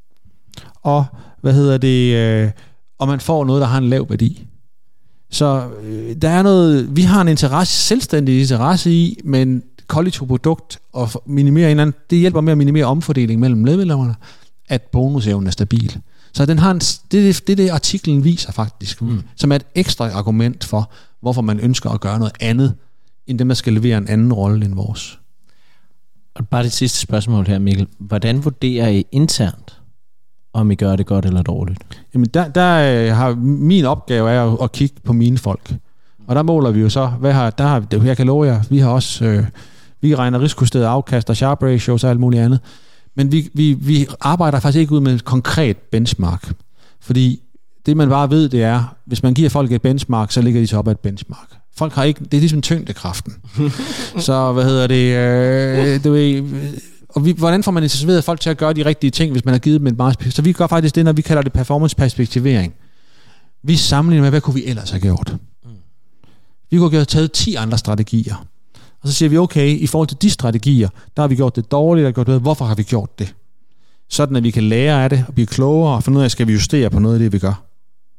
og hvad hedder det, øh, og man får noget, der har en lav værdi. Så øh, der er noget, vi har en interesse, selvstændig interesse i, men kollektivt produkt og minimere en eller anden, det hjælper med at minimere omfordeling mellem medlemmerne, at bonusevnen er stabil. Så den har en, det er det, det, artiklen viser faktisk, mm. som er et ekstra argument for, hvorfor man ønsker at gøre noget andet, end dem, der skal levere en anden rolle end vores. Og bare det sidste spørgsmål her, Mikkel. Hvordan vurderer I internt, om I gør det godt eller dårligt? Jamen, der, der har min opgave er at, at kigge på mine folk. Og der måler vi jo så, hvad har, der har, jeg kan love jer, vi har også, øh, vi regner risikojusteret afkast og sharp ratios og alt muligt andet. Men vi, vi, vi arbejder faktisk ikke ud med et konkret benchmark. Fordi det man bare ved, det er, hvis man giver folk et benchmark, så ligger de så op ad et benchmark. Folk har ikke, det er ligesom tyngdekraften. Så hvad hedder det, øh, det ved, og vi, hvordan får man interesseret folk til at gøre de rigtige ting, hvis man har givet dem et meget. Så vi gør faktisk det, når vi kalder det performance-perspektivering. Vi sammenligner med, hvad kunne vi ellers have gjort? Vi kunne have taget ti andre strategier. Og så siger vi, okay, i forhold til de strategier, der har vi gjort det dårligt, og gjort det. Hvorfor har vi gjort det? Sådan, at vi kan lære af det, og blive klogere, og finde ud af, skal vi justere på noget af det, vi gør.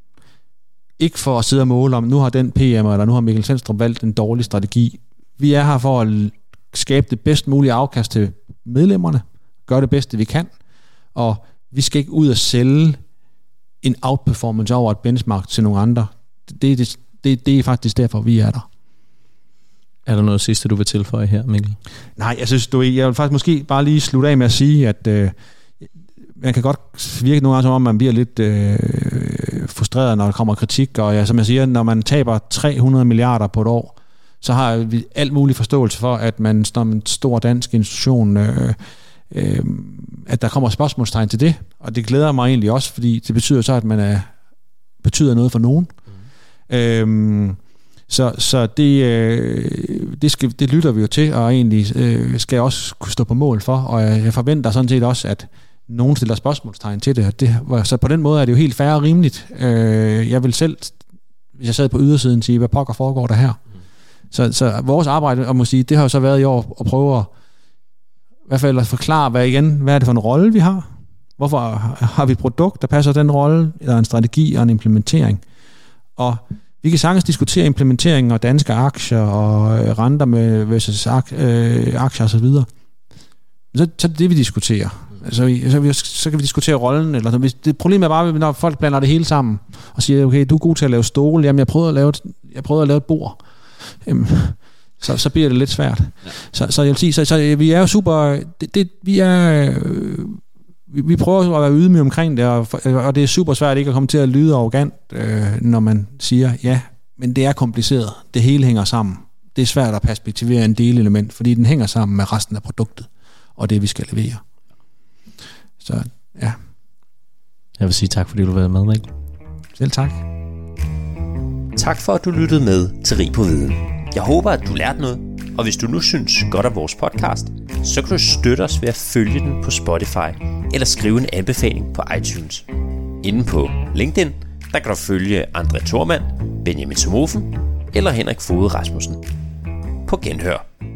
Ikke for at sidde og måle om, nu har den P M, eller nu har Mikkel Sandstrup valgt en dårlig strategi. Vi er her for at skabe det bedst mulige afkast til medlemmerne, gøre det bedste, vi kan, og vi skal ikke ud og sælge en outperformance over et benchmark til nogle andre. Det, det, det, det er faktisk derfor, vi er der. Er der noget sidste, du vil tilføje her, Mikkel? Nej, jeg synes, du, jeg vil faktisk måske bare lige slutte af med at sige, at øh, man kan godt virke nogle gange, som om man bliver lidt øh, frustreret, når der kommer kritik, og ja, som jeg siger, når man taber tre hundrede milliarder på et år, så har vi alt mulig forståelse for, at man som en stor dansk institution, øh, øh, at der kommer spørgsmålstegn til det, og det glæder mig egentlig også, fordi det betyder så, at man er, betyder noget for nogen. Mm. Øh, Så, så det, øh, det, skal, det lytter vi jo til, og egentlig øh, skal jeg også kunne stå på mål for, og jeg, jeg forventer sådan set også, at nogen stiller spørgsmålstegn til det. det. Så på den måde er det jo helt fair og rimeligt. Øh, jeg vil selv, hvis jeg sad på ydersiden, sige, hvad pokker foregår der her? Mm. Så, så vores arbejde, og må sige, det har jo så været i år at prøve at, i hvert fald at forklare, hvad, igen, hvad er det for en rolle, vi har? Hvorfor har vi et produkt, der passer den rolle, eller en strategi og en implementering? Og vi kan sagtens diskutere implementeringen og danske aktier og renter med versus ak- øh, aktier og så videre. Så, så er det det, vi diskuterer. Så, så, så kan vi diskutere rollen. Eller, det problemet er bare, når folk blander det hele sammen og siger, okay, du er god til at lave stole, jamen jeg prøvede at lave et, jeg prøvede at lave et bord. Jamen, så, så bliver det lidt svært. Ja. Så, så jeg vil sige, så, så vi er jo super, det, det, vi er... Øh, Vi, vi prøver at være ydmyge omkring det, og, og det er super svært ikke at komme til at lyde arrogant, øh, når man siger, ja, men det er kompliceret. Det hele hænger sammen. Det er svært at perspektivere en delelement, fordi den hænger sammen med resten af produktet, og det vi skal levere. Så ja. Jeg vil sige tak, fordi du var med, Mikkel. Selv tak. Tak for, at du lyttede med til Rig på Viden. Jeg håber, at du lærte noget, og hvis du nu synes godt af vores podcast, så kan du støtte os ved at følge den på Spotify, eller skrive en anbefaling på iTunes. Inde på LinkedIn, der kan du følge André Thormann, Benjamin Somofen eller Henrik Foged Rasmussen. På genhør.